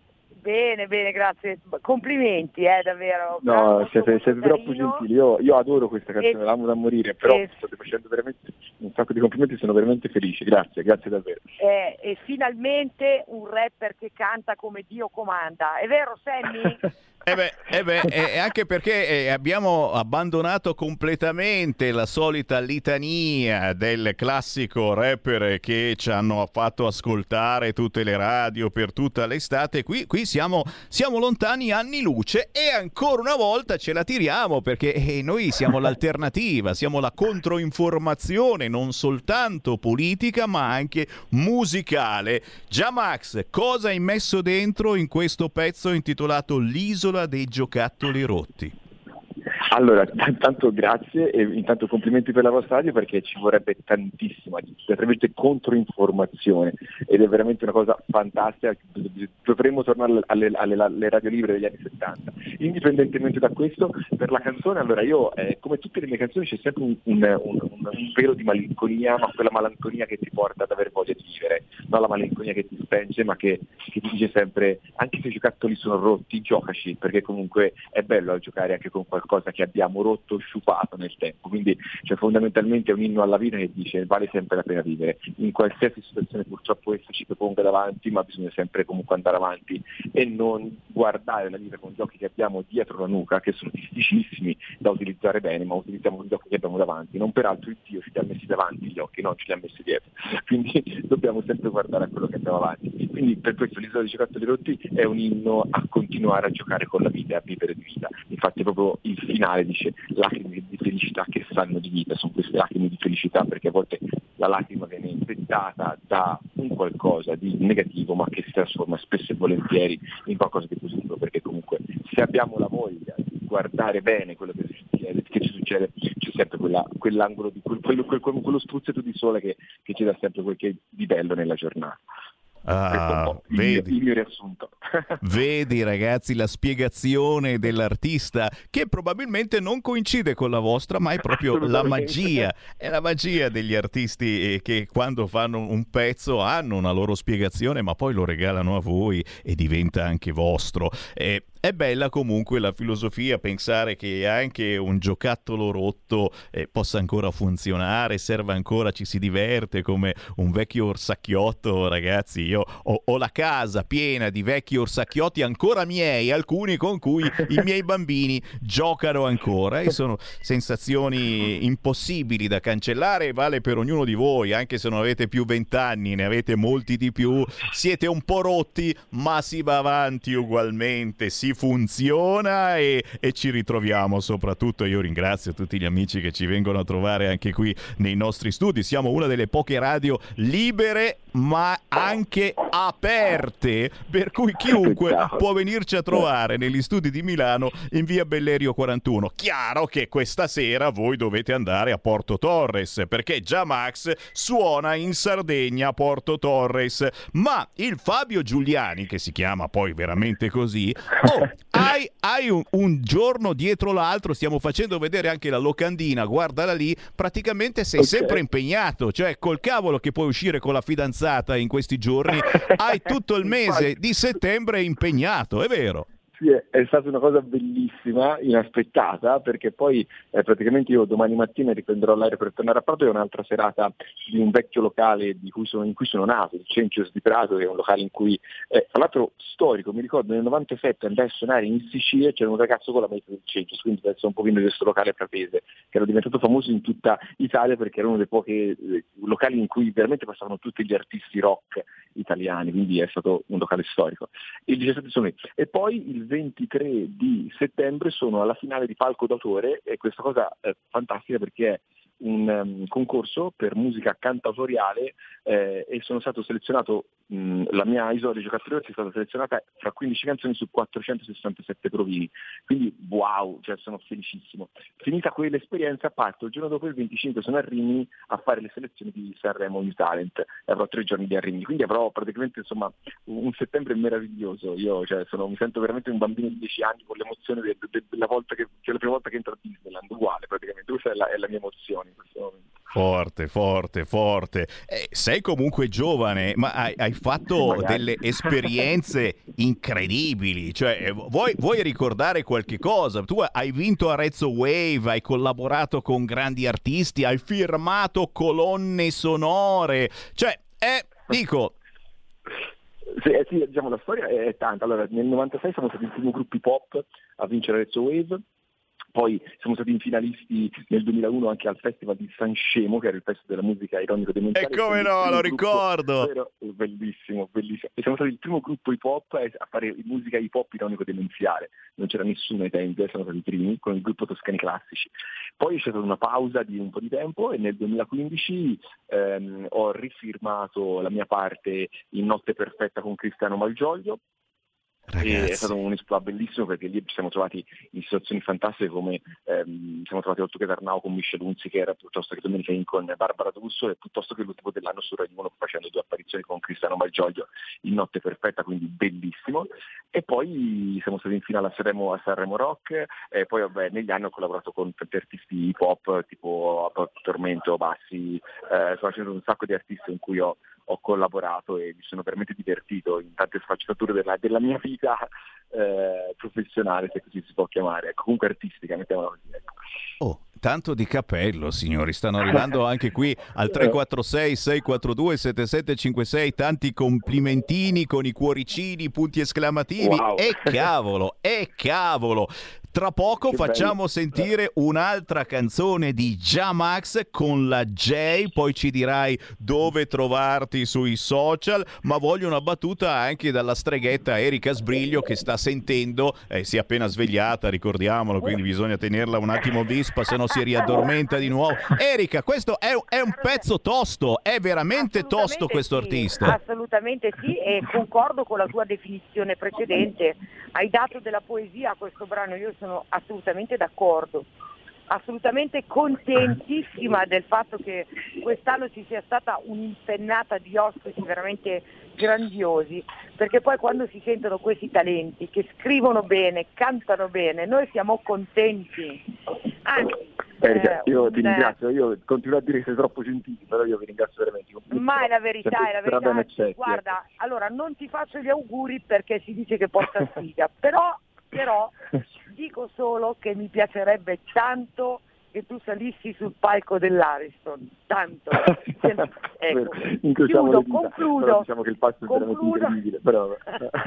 Bene, bene, grazie. Complimenti, eh, davvero. No, Bravo, siete, siete troppo gentili. Io, io adoro questa canzone, e, l'amo da morire, però e, state facendo veramente un sacco di complimenti, sono veramente felice. Grazie, grazie davvero. Eh, e finalmente un rapper che canta come Dio comanda. È vero, Sammy? Eh beh, eh beh eh, anche perché eh, abbiamo abbandonato completamente la solita litania del classico rapper che ci hanno fatto ascoltare tutte le radio per tutta l'estate. Qui, qui siamo, siamo lontani anni luce e ancora una volta ce la tiriamo, perché eh, noi siamo l'alternativa, siamo la controinformazione non soltanto politica ma anche musicale. Jamax, cosa hai messo dentro in questo pezzo intitolato L'isola dei giocattoli rotti? Allora, intanto grazie e intanto complimenti per la vostra radio, perché ci vorrebbe tantissima, veramente controinformazione, ed è veramente una cosa fantastica. Dovremmo tornare alle, alle, alle radio libere degli anni settanta. Indipendentemente da questo, per la canzone, allora io, eh, come tutte le mie canzoni, c'è sempre un, un, un, un, un velo di malinconia, ma quella malinconia che ti porta ad avere voglia di vivere, non la malinconia che ti spenge, ma che, che ti dice sempre, anche se i giocattoli sono rotti, giocaci, perché comunque è bello giocare anche con qualcosa che abbiamo rotto, sciupato nel tempo. Quindi cioè, fondamentalmente è un inno alla vita che dice vale sempre la pena vivere, in qualsiasi situazione purtroppo essa ci ponga davanti, ma bisogna sempre comunque andare avanti e non guardare la vita con gli occhi che abbiamo dietro la nuca, che sono difficilissimi da utilizzare bene, ma utilizziamo gli occhi che abbiamo davanti. Non peraltro il Dio ci li ha messi davanti gli occhi, non ce li ha messi dietro, quindi dobbiamo sempre guardare a quello che abbiamo avanti. Quindi per questo l'isola dei giocattoli rotti è un inno a continuare a giocare con la vita e a vivere di vita. Infatti proprio il finale dice lacrime di felicità che sanno di vita. Sono queste lacrime di felicità perché a volte la lacrima viene infettata da un qualcosa di negativo, ma che si trasforma spesso e volentieri in qualcosa di positivo, perché comunque se abbiamo la voglia di guardare bene quello che succede, che ci succede, c'è sempre quella, quell'angolo di quel, quello, quel, quello spruzzato di sole che, che ci dà sempre quel che di bello nella giornata. Ah, il, vedi. il mio riassunto. Vedi ragazzi la spiegazione dell'artista che probabilmente non coincide con la vostra, ma è proprio la magia, è la magia degli artisti eh, che quando fanno un pezzo hanno una loro spiegazione ma poi lo regalano a voi e diventa anche vostro. Eh, È bella comunque la filosofia, pensare che anche un giocattolo rotto eh, possa ancora funzionare, serve ancora, ci si diverte come un vecchio orsacchiotto. Ragazzi, io ho, ho la casa piena di vecchi orsacchiotti ancora miei, alcuni con cui i miei bambini giocano ancora e sono sensazioni impossibili da cancellare. Vale per ognuno di voi, anche se non avete più vent'anni, ne avete molti di più, siete un po' rotti ma si va avanti ugualmente, si funziona e, e ci ritroviamo. Soprattutto io ringrazio tutti gli amici che ci vengono a trovare anche qui nei nostri studi. Siamo una delle poche radio libere ma anche aperte, per cui chiunque può venirci a trovare negli studi di Milano in via Bellerio quarantuno. Chiaro che questa sera voi dovete andare a Porto Torres perché Jamax suona in Sardegna a Porto Torres, ma il Fabio Giuliani, che si chiama poi veramente così, oh, hai, hai un, un giorno dietro l'altro, stiamo facendo vedere anche la locandina, guardala lì, praticamente sei okay. sempre impegnato, cioè col cavolo che puoi uscire con la fidanzata in questi giorni, hai tutto il mese di settembre impegnato, è vero? Sì, è stata una cosa bellissima, inaspettata, perché poi eh, praticamente io domani mattina riprenderò l'aereo per tornare a Prato. È un'altra serata di un vecchio locale di cui sono, in cui sono nato, il Cencios di Prato, che è un locale in cui, eh, tra l'altro storico, mi ricordo nel novantasette andai a suonare in Sicilia e c'era un ragazzo con la maglietta del Cencios, quindi penso un pochino di questo locale pratese, che era diventato famoso in tutta Italia perché era uno dei pochi eh, locali in cui veramente passavano tutti gli artisti rock italiani, quindi è stato un locale storico. Il diciassette sono io. E poi il ventitré di settembre sono alla finale di Palco d'autore e questa cosa è fantastica perché è un um, concorso per musica cantautoriale eh, e sono stato selezionato, mh, la mia Isola dei Giocattoli è stata selezionata fra quindici canzoni su quattrocentosessantasette provini, quindi wow, cioè sono felicissimo. Finita quell'esperienza parto il giorno dopo, il venticinque, sono a Rimini a fare le selezioni di Sanremo New Talent e avrò tre giorni di a Rimini, quindi avrò praticamente insomma un settembre meraviglioso. Io cioè, sono, mi sento veramente un bambino di dieci anni con l'emozione de, de, de, della volta che, cioè la prima volta che entro a Disneyland, uguale praticamente, questa è la, è la mia emozione in questo momento. Forte, forte, forte. Eh, sei comunque giovane, ma hai, hai fatto Magari. delle esperienze incredibili. Cioè, vuoi, vuoi ricordare qualche cosa? Tu hai vinto Arezzo Wave, hai collaborato con grandi artisti, hai firmato colonne sonore. Cioè, eh, dico... Sì, eh, sì, diciamo la storia è tanta. Allora, nel novantasei siamo stati il primo gruppo hip hop a vincere Arezzo Wave. Poi siamo stati in finalisti nel duemilauno anche al Festival di Sanremo, che era il festival della musica ironico demenziale. E come no, lo ricordo! Vero, bellissimo, bellissimo. E siamo stati il primo gruppo hip hop a fare musica hip hop ironico demenziale. Non c'era nessuno ai tempi, siamo stati i primi con il gruppo Toscani Classici. Poi c'è stata una pausa di un po' di tempo e nel duemilaquindici ehm, ho rifirmato la mia parte in Notte Perfetta con Cristiano Malgioglio. Ragazzi. È stato un esploit bellissimo perché lì ci siamo trovati in situazioni fantastiche come ehm, siamo trovati Otto Arnau con Michel Hunziker, piuttosto che Domenica In con Barbara D'Urso, e piuttosto che l'ultimo dell'anno su Rai uno facendo due apparizioni con Cristiano Malgioglio in Notte Perfetta, quindi bellissimo. E poi siamo stati in finale a Sanremo, a Sanremo Rock e poi vabbè, negli anni ho collaborato con tanti artisti hip hop tipo Tormento, Bassi, eh, sto facendo un sacco di artisti in cui ho ho collaborato e mi sono veramente divertito in tante sfaccettature della, della mia vita eh, professionale, se così si può chiamare, ecco, comunque artistica, mettiamola così, ecco. Oh, tanto di cappello, signori, stanno arrivando anche qui al tre quattro sei sei quattro due sette sette cinque sei tanti complimentini con i cuoricini, punti esclamativi. Wow. E cavolo, e cavolo. Tra poco che facciamo bello. Sentire un'altra canzone di Jamax con la J, poi ci dirai dove trovarti sui social, ma voglio una battuta anche dalla streghetta Erika Sbriglio che sta sentendo, eh, si è appena svegliata, ricordiamolo, quindi bisogna tenerla un attimo vispa, se no si riaddormenta di nuovo. Erika, questo è, è un pezzo tosto, è veramente tosto questo sì, artista. Assolutamente sì, e concordo con la tua definizione precedente, hai dato della poesia a questo brano, io sono assolutamente d'accordo. assolutamente contentissima del fatto che quest'anno ci sia stata un'impennata di ospiti veramente grandiosi, perché poi quando si sentono questi talenti che scrivono bene, cantano bene, noi siamo contenti. Anzi, Erika, eh, io un- ti ringrazio, io continuo a dire che sei troppo gentili, però io vi ringrazio veramente. Ma è la verità, è la Sarà ben verità. accetti, Guarda, allora non ti faccio gli auguri perché si dice che porta sfiga, però, però dico solo che mi piacerebbe tanto che tu salissi sul palco dell'Ariston, tanto. Ecco, Incrociamo chiudo, le dita. concludo. Però diciamo che il passo è veramente concludo. incredibile, però...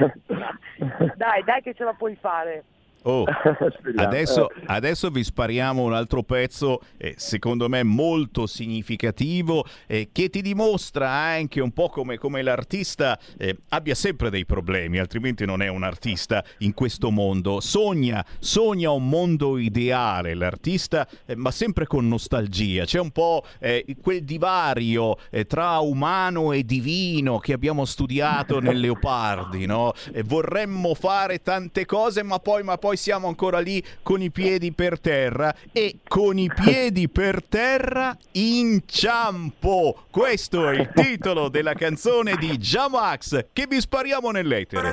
Dai, dai che ce la puoi fare. Oh, Speriamo. adesso, Eh. adesso vi spariamo un altro pezzo, eh, secondo me molto significativo, eh, che ti dimostra anche un po' come, come l'artista eh, abbia sempre dei problemi, altrimenti non è un artista in questo mondo. Sogna, sogna un mondo ideale l'artista, eh, ma sempre con nostalgia. C'è un po' eh, quel divario eh, tra umano e divino che abbiamo studiato nel Leopardi, no? Eh, vorremmo fare tante cose, ma poi, ma poi siamo ancora lì con i piedi per terra, e con i piedi per terra inciampo. Questo è il titolo della canzone di Jamax che vi spariamo nell'etere.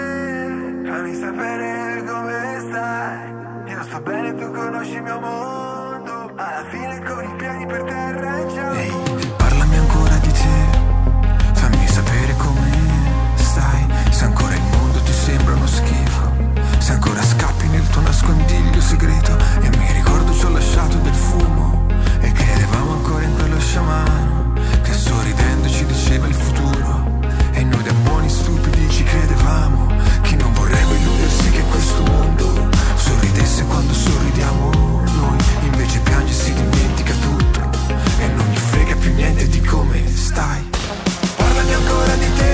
Fammi sapere come stai. Io sto bene, tu conosci il mio mondo. Alla fine con i piedi per terra e già. Ehi, parlami ancora di te. Fammi sapere come stai. Se ancora il mondo ti sembra uno schifo, se ancora scappi nel tuo nascondiglio segreto. E mi ricordo ci ho lasciato del fumo e credevamo ancora in quello sciamano che sorridendo ci diceva il futuro. E noi da buoni stupidi ci credevamo. Chi non vorrebbe illudersi che questo mondo sorridesse quando sorridiamo noi. Invece piange e si dimentica tutto e non gli frega più niente di come stai. Parlami ancora di te.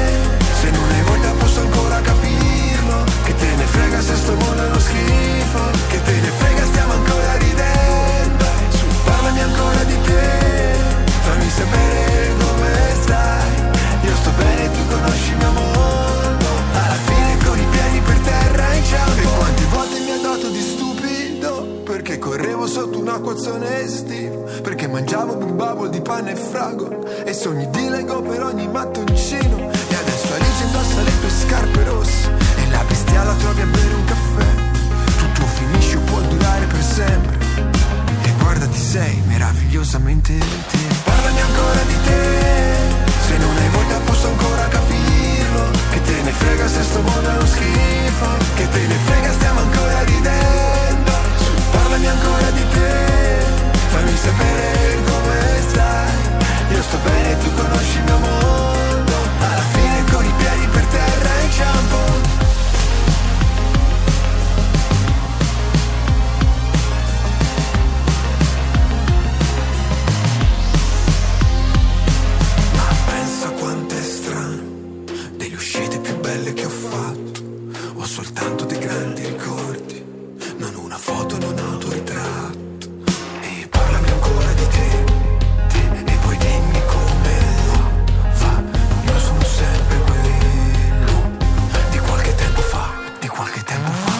Se non hai voglia posso ancora capirlo. Che te ne frega se sto mondo è uno schifo. Che te ne frega stiamo ancora ridendo. Su, parlami ancora di te. Fammi sapere come stai. Io sto bene, tu conosci il mio mondo. Alla fine con i piedi per terra inciampo. E quante volte mi ha dato di stupido perché correvo sotto un acquazzone estivo, perché mangiavo Big Bubble di panna e frago e sogni di Lego per ogni mattoncino. E adesso Alice indossa le tue scarpe rosse e la bestia la trovi a bere un caffè. Tutto finisce o può durare per sempre. E guardati, sei meravigliosamente te. Parlami ancora di te. Se non hai voglia posso ancora capirlo. Che te ne frega se sto mondo è uno schifo. Che te ne frega stiamo ancora ridendo. Su, parlami ancora di te. Fammi sapere come stai. Io sto bene, tu conosci il mio mondo. Alla fine con i piedi per terra inciampo. Pensa quanto è strano, delle uscite più belle che ho fatto. Ho soltanto dei grandi ricordi, non una foto, non autoritratto. E parlami ancora di te, te, e poi dimmi come va, va. Io sono sempre quello di qualche tempo fa, di qualche tempo fa.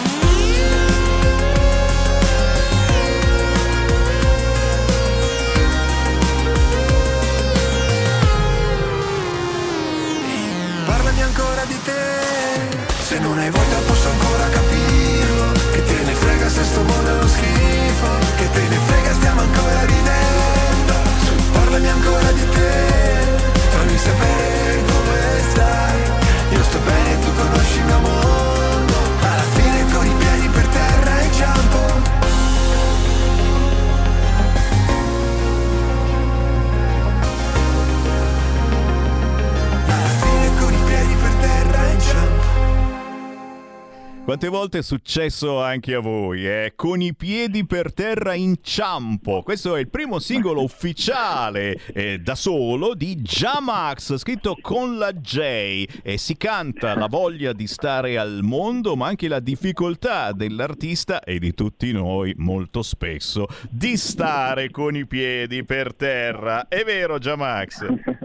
Parlami ancora di te. Se non hai voglia posso ancora capirlo. Che te ne frega se sto mondo è uno schifo. Che te ne frega stiamo ancora ridendo. Su, parlami ancora di te. Fammi sapere come stai. Io sto bene, tu conosci il mio mondo. Alla fine con i piedi per terra inciampo. Quante volte è successo anche a voi, eh? Con i piedi per terra inciampo. Questo è il primo singolo ufficiale eh, da solo di Jamax, scritto con la J, e si canta la voglia di stare al mondo, ma anche la difficoltà dell'artista e di tutti noi molto spesso di stare con i piedi per terra. È vero, Jamax?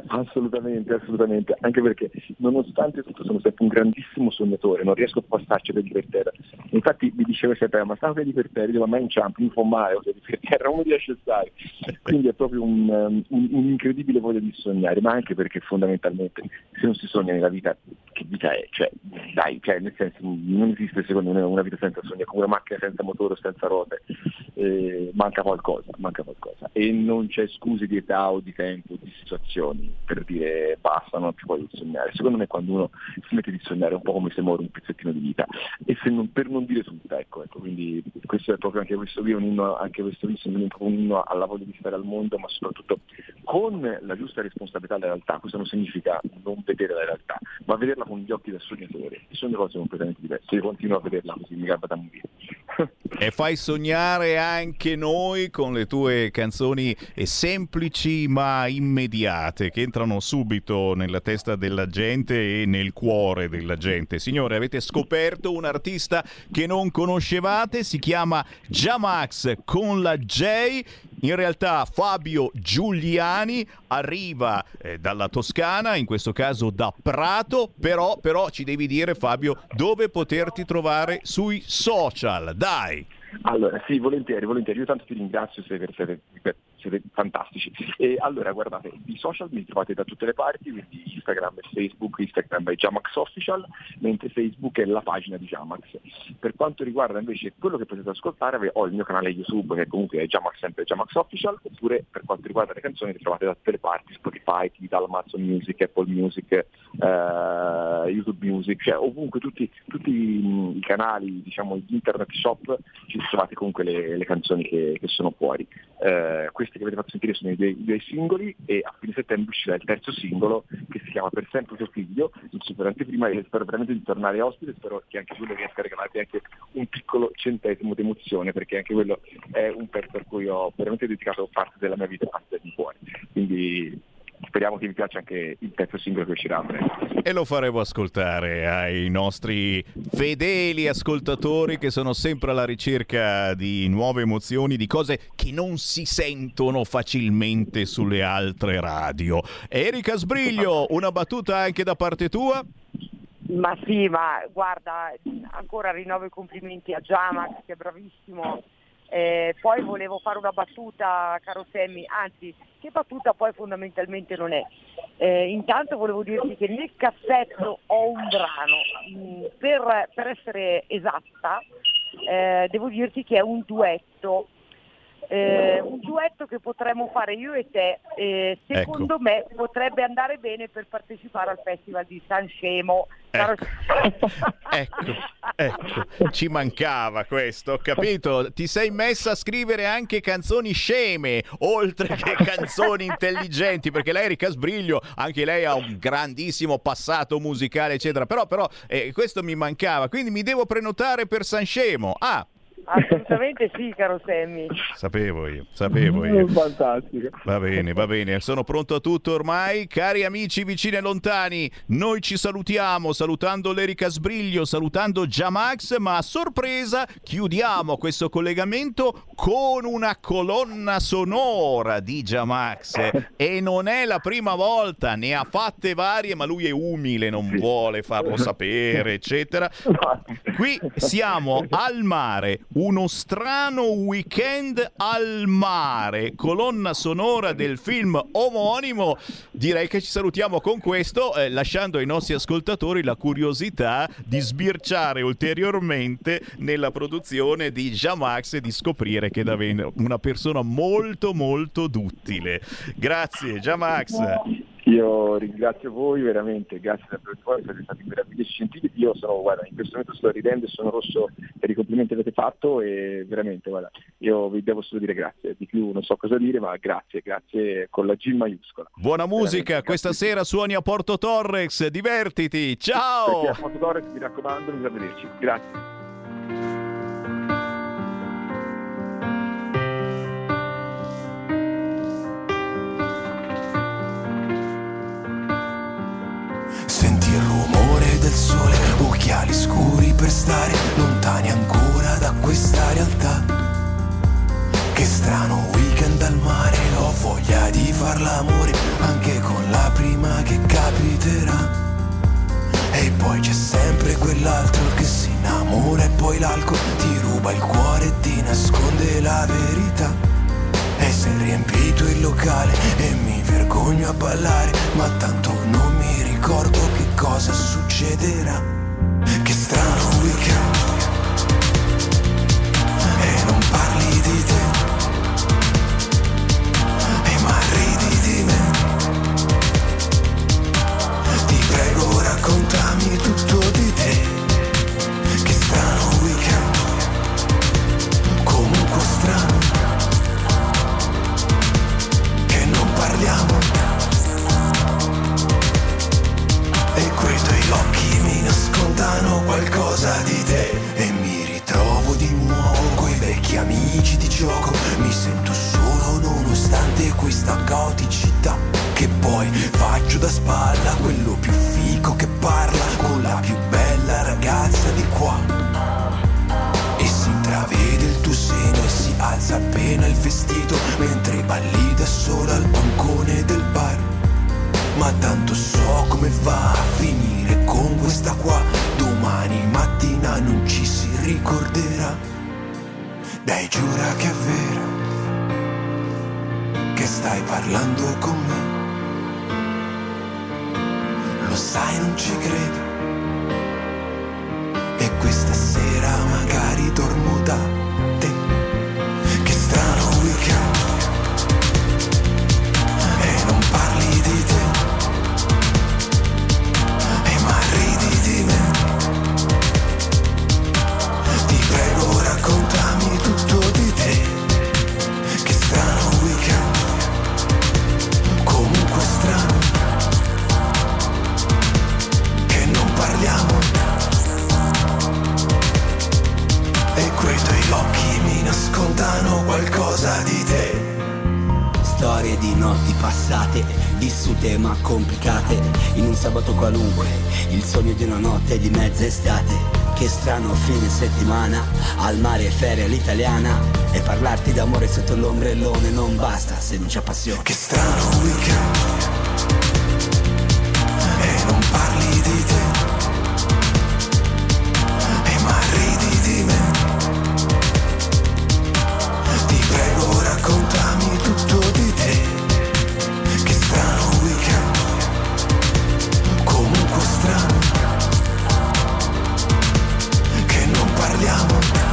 Assolutamente, assolutamente, anche perché nonostante tutto sono sempre un grandissimo sognatore, non riesco a passarci per per terra. Infatti mi diceva sempre, ma stavo per terra, dicevo, ma in inciampo, mi fa male per terra, non mi riesce a stare. Quindi è proprio un, um, un, un'incredibile voglia di sognare, ma anche perché fondamentalmente se non si sogna nella vita, che vita è? Cioè, dai, cioè, nel senso, non esiste secondo me una vita senza sogni, come una macchina senza motore o senza ruote, eh, manca qualcosa, manca qualcosa. E non c'è scuse di età o di tempo, di situazioni per dire basta, non ho più voglia di sognare. Secondo me quando uno si mette di sognare è un po' come se muore un pezzettino di vita, e se non, per non dire tutta, ecco, ecco, quindi questo è proprio anche questo qui, un inno, anche questo qui sembra un po' un inno alla voglia di stare al mondo, ma soprattutto con la giusta responsabilità della realtà. Questo non significa non vedere la realtà, ma vederla con gli occhi da sognatore, e sono due cose completamente diverse. Io continuo a vederla così, mi garba da morire. E fai sognare anche noi con le tue canzoni semplici ma immediate, che entrano subito nella testa della gente e nel cuore della gente. Signore, avete scoperto un artista che non conoscevate, si chiama Jamax con la J. In realtà Fabio Giuliani arriva eh, dalla Toscana, in questo caso da Prato, però, però ci devi dire, Fabio, dove poterti trovare sui social, dai! Allora, sì, volentieri, volentieri. Io tanto ti ringrazio, siete, siete, siete fantastici. E allora, guardate, i social mi trovate da tutte le parti, quindi Instagram e Facebook. Instagram è Jamax Official, mentre Facebook è la pagina di Jamax. Per quanto riguarda invece quello che potete ascoltare, ho il mio canale YouTube, che comunque è Jamax, sempre Jamax Official, oppure per quanto riguarda le canzoni le trovate da tutte le parti, Spotify, Tidal, Amazon Music, Apple Music, eh, YouTube Music, cioè ovunque, tutti, tutti i canali, diciamo, gli internet shop, ci trovate comunque le, le canzoni che, che sono fuori. Eh, queste che avete fatto sentire sono i due, i due singoli, e a fine settembre uscirà il terzo singolo, che si chiama Per sempre tuo figlio, in super anteprima, e spero veramente di tornare ospite, spero che anche quello riesca a regalarti anche un piccolo centesimo di emozione, perché anche quello è un pezzo per cui ho veramente dedicato parte della mia vita, parte del mio cuore. Quindi speriamo che vi piaccia anche il terzo singolo che uscirà a breve. E lo faremo ascoltare ai nostri fedeli ascoltatori, che sono sempre alla ricerca di nuove emozioni, di cose che non si sentono facilmente sulle altre radio. Erika Sbriglio, una battuta anche da parte tua? Ma sì, ma guarda, ancora rinnovo i complimenti a Jamax, che è bravissimo. Eh, poi volevo fare una battuta, caro Sammy, anzi, che battuta poi fondamentalmente non è. Eh, intanto volevo dirti che nel cassetto ho un brano, mh, per, per essere esatta, eh, devo dirti che è un duetto. Eh, un duetto che potremmo fare io e te, eh, secondo ecco. me potrebbe andare bene per partecipare al Festival di Sanremo. Ecco. ecco, ecco, ci mancava questo, ho capito. Ti sei messa a scrivere anche canzoni sceme, oltre che canzoni intelligenti, perché lei, Erika Sbriglio, anche lei ha un grandissimo passato musicale, eccetera. Però, però eh, questo mi mancava, quindi mi devo prenotare per Sanremo. Ah, assolutamente sì, caro Sammy. Sapevo io, sapevo io. Fantastico. Va bene, va bene, sono pronto a tutto ormai. Cari amici vicini e lontani, noi ci salutiamo, salutando l'Erika Sbriglio, salutando Jamax, ma a sorpresa chiudiamo questo collegamento con una colonna sonora di Jamax. E non è la prima volta, ne ha fatte varie, ma lui è umile, non vuole farlo sapere, eccetera. Qui siamo al mare, uno strano weekend al mare, colonna sonora del film omonimo. Direi che ci salutiamo con questo, eh, lasciando ai nostri ascoltatori la curiosità di sbirciare ulteriormente nella produzione di Jamax e di scoprire che è davvero una persona molto molto duttile. Grazie Jamax. Io ringrazio voi veramente, grazie per voi, siete stati meravigliosi, gentili. Io sono, guarda, in questo momento sto ridendo e sono rosso per i complimenti che avete fatto, e veramente, guarda, io vi devo solo dire grazie, di più non so cosa dire, ma grazie, grazie con la G maiuscola. Buona musica, questa sera suoni a Porto Torres, divertiti, ciao! Perché a Porto Torres, mi raccomando, non vederci, grazie. Senti il rumore del sole, occhiali scuri per stare lontani ancora da questa realtà. Che strano weekend al mare, ho voglia di far l'amore anche con la prima sempre quell'altro che si innamora e poi l'alcol ti ruba il cuore e ti nasconde la verità. E si è riempito il locale e mi vergogno a ballare, ma tanto non mi ricordo che cosa succederà. Che strano weekend, e non parli di te, e ma ridi di me. Ti prego raccontami tutto di te. Che strano weekend, comunque strano, che non parliamo. E quei tuoi occhi mi nascondano qualcosa di te. E mi ritrovo di nuovo coi vecchi amici di gioco. Mi sento solo nonostante questa goticità. Che poi faccio da spalla quello più fico che parla con la più bella ragazza di qua. E si intravede il tuo seno e si alza appena il vestito, mentre balli da sola al bancone del bar. Ma tanto so come va a finire con questa qua. Domani mattina non ci si ricorderà. Dai, giura che è vero, che stai parlando con me. Lo sai, non ci credo. E questa sera magari dormo da te. Che strano weekend, e non parli di te, e ma ridi di me. Ti prego raccontami tutto di te. Che strano weekend, comunque strano, che non parliamo. E quei tuoi occhi mi nascondano qualcosa di te. Storie di notti passate, vissute ma complicate, in un sabato qualunque, il sogno di una notte di mezza estate. Che strano fine settimana, al mare ferie all'italiana, e parlarti d'amore sotto l'ombrellone non basta se non c'è passione. Che strano weekend, e non parli di te, e ma ridi di me. Ti prego raccontami tutto di te. Che strano weekend, comunque strano, che non parliamo.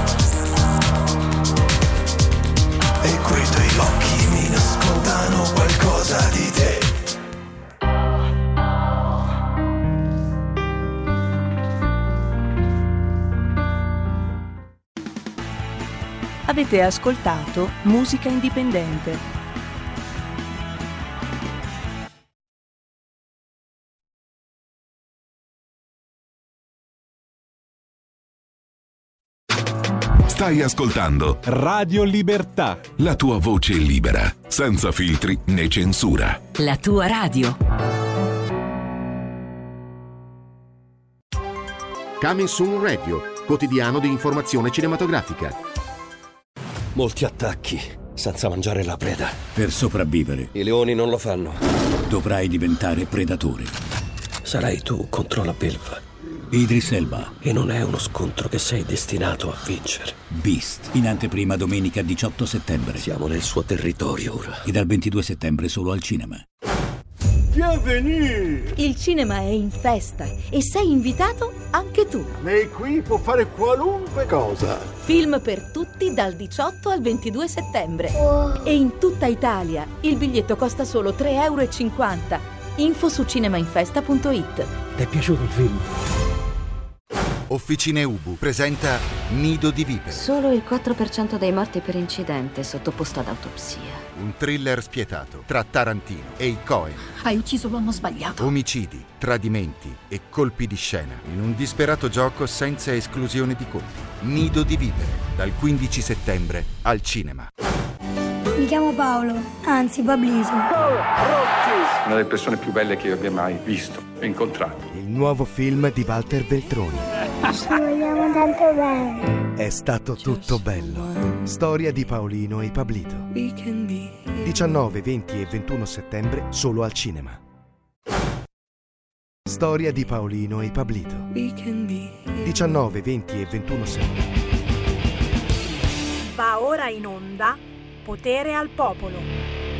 E quei tuoi occhi mi nascondano qualcosa di te. Avete ascoltato Musica Indipendente. Stai ascoltando Radio Libertà, la tua voce libera, senza filtri né censura. La tua radio. Coming Soon Radio, quotidiano di informazione cinematografica. Molti attacchi, senza mangiare la preda. Per sopravvivere. I leoni non lo fanno. Dovrai diventare predatore. Sarai tu contro la belva. Idris Elba. E non è uno scontro che sei destinato a vincere. Beast, in anteprima domenica diciotto settembre. Siamo nel suo territorio ora. E dal ventidue settembre solo al cinema. Bienvenue! Il cinema è in festa e sei invitato anche tu. Lei qui può fare qualunque cosa. Film per tutti dal diciotto al ventidue settembre. Oh. E in tutta Italia il biglietto costa solo tre euro e cinquanta. Info su cinemainfesta punto it. Ti è piaciuto il film? Officine Ubu presenta Nido di vipere. Solo il quattro per cento dei morti per incidente è sottoposto ad autopsia. Un thriller spietato tra Tarantino e i Coen. Hai ucciso l'uomo sbagliato. Omicidi, tradimenti e colpi di scena in un disperato gioco senza esclusione di colpi. Nido di vipere, dal quindici settembre al cinema. Mi chiamo Paolo, anzi Babliso. Una delle persone più belle che io abbia mai visto e incontrato. Il nuovo film di Walter Veltroni. Ci vogliamo tanto bene. È stato tutto bello. Storia di Paolino e Pablito. diciannove, venti e ventuno settembre solo al cinema. Storia di Paolino e Pablito. diciannove, venti e ventuno secoli. Va ora in onda Potere al Popolo.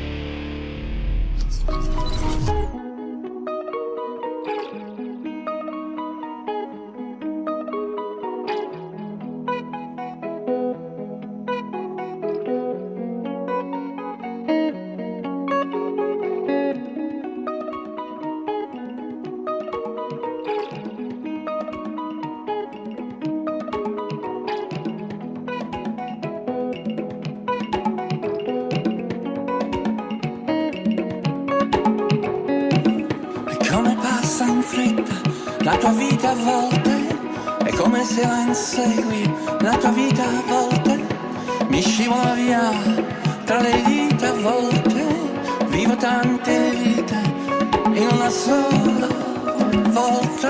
La tua vita a volte è come se la insegui, la tua vita a volte mi scivola via tra le dita, a volte vivo tante vite in una sola volta,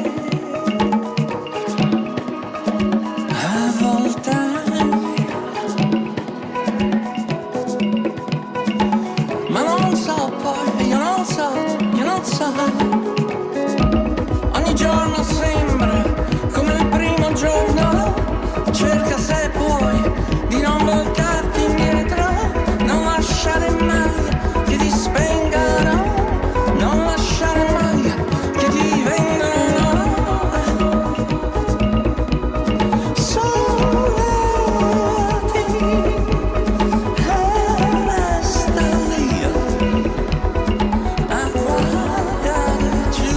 a volte ma non lo so poi, io non lo so, io non so. Ogni giorno sembra come il primo giorno, cerca se puoi di non voltarti indietro, non lasciare mai che ti spengano, non lasciare mai che ti vengano. Sollevati e resta lì a guardare giù.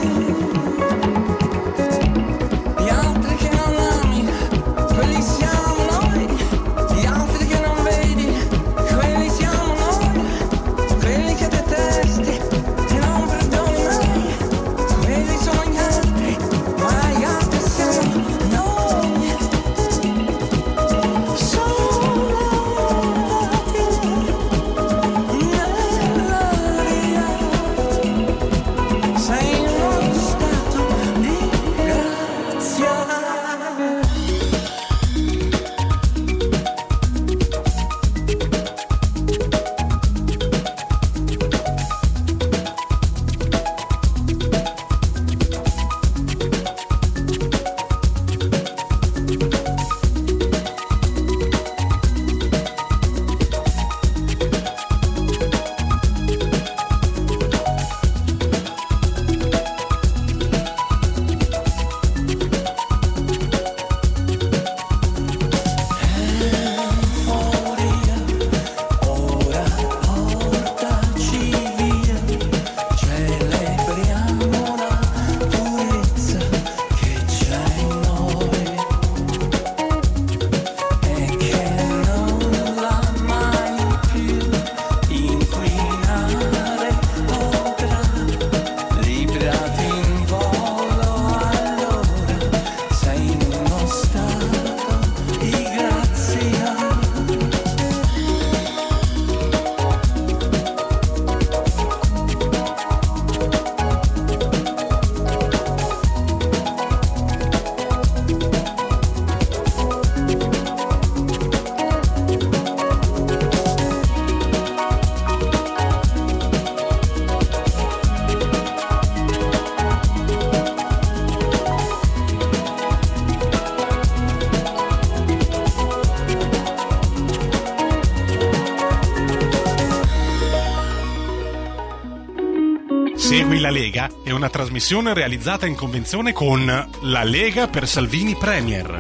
Segui la Lega è una trasmissione realizzata in convenzione con La Lega per Salvini Premier.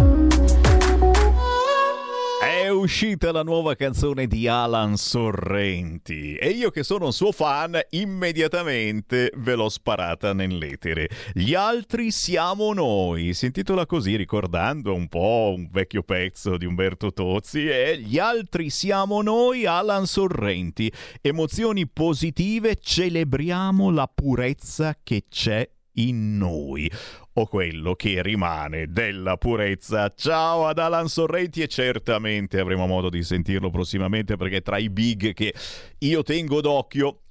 È uscita la nuova canzone di Alan Sorrenti e io, che sono un suo fan, immediatamente ve l'ho sparata nell'etere. Gli altri siamo noi, si intitola così, ricordando un po' un vecchio pezzo di Umberto Tozzi. E Gli altri siamo noi, Alan Sorrenti. Emozioni positive, celebriamo la purezza che c'è in noi, o quello che rimane della purezza. Ciao ad Alan Sorrenti, e certamente avremo modo di sentirlo prossimamente, perché tra i big che io tengo d'occhio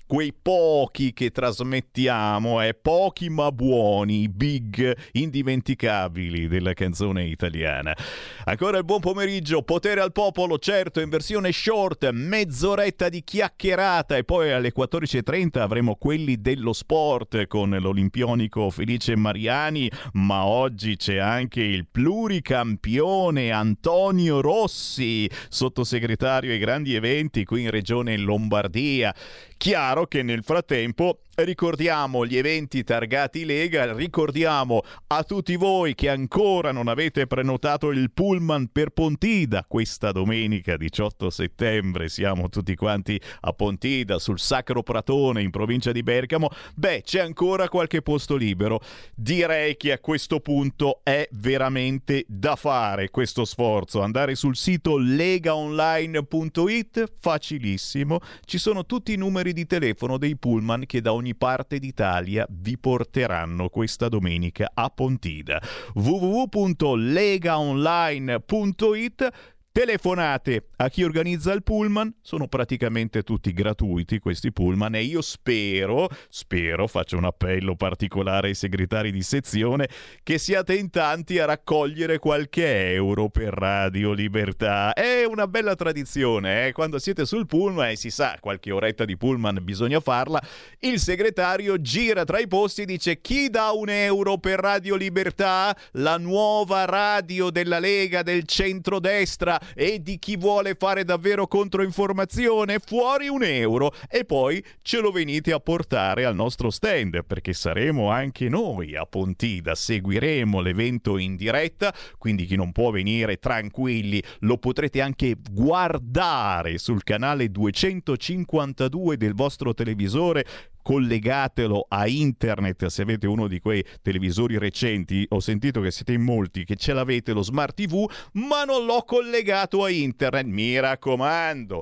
quei pochi che trasmettiamo, eh, pochi ma buoni, i big indimenticabili della canzone italiana. Ancora il buon pomeriggio, Potere al Popolo, certo in versione short, mezz'oretta di chiacchierata, e poi alle quattordici e trenta avremo quelli dello sport con l'olimpionico Felice Mariani, ma oggi c'è anche il pluricampione Antonio Rossi, sottosegretario ai grandi eventi qui in Regione Lombardia. Chiaro che nel frattempo ricordiamo gli eventi targati Lega, ricordiamo a tutti voi che ancora non avete prenotato il pullman per Pontida questa domenica diciotto settembre, siamo tutti quanti a Pontida sul Sacro Pratone in provincia di Bergamo. Beh, c'è ancora qualche posto libero, direi che a questo punto è veramente da fare questo sforzo, andare sul sito legaonline punto it, facilissimo, ci sono tutti i numeri di telefono dei pullman che da ogni parte d'Italia vi porteranno questa domenica a Pontida. w w w punto legaonline punto it. Telefonate a chi organizza il pullman, sono praticamente tutti gratuiti questi pullman, e io spero, spero, faccio un appello particolare ai segretari di sezione, che siate in tanti a raccogliere qualche euro per Radio Libertà. È una bella tradizione, eh? Quando siete sul pullman, e si sa, qualche oretta di pullman bisogna farla, il segretario gira tra i posti e dice: chi dà un euro per Radio Libertà? La nuova radio della Lega del centrodestra e di chi vuole fare davvero controinformazione, fuori un euro, e poi ce lo venite a portare al nostro stand, perché saremo anche noi a Pontida, seguiremo l'evento in diretta, quindi chi non può venire tranquilli, lo potrete anche guardare sul canale duecentocinquantadue del vostro televisore. Collegatelo a internet se avete uno di quei televisori recenti. Ho sentito che siete in molti che ce l'avete lo smart tivù, ma non l'ho collegato a internet. Mi raccomando,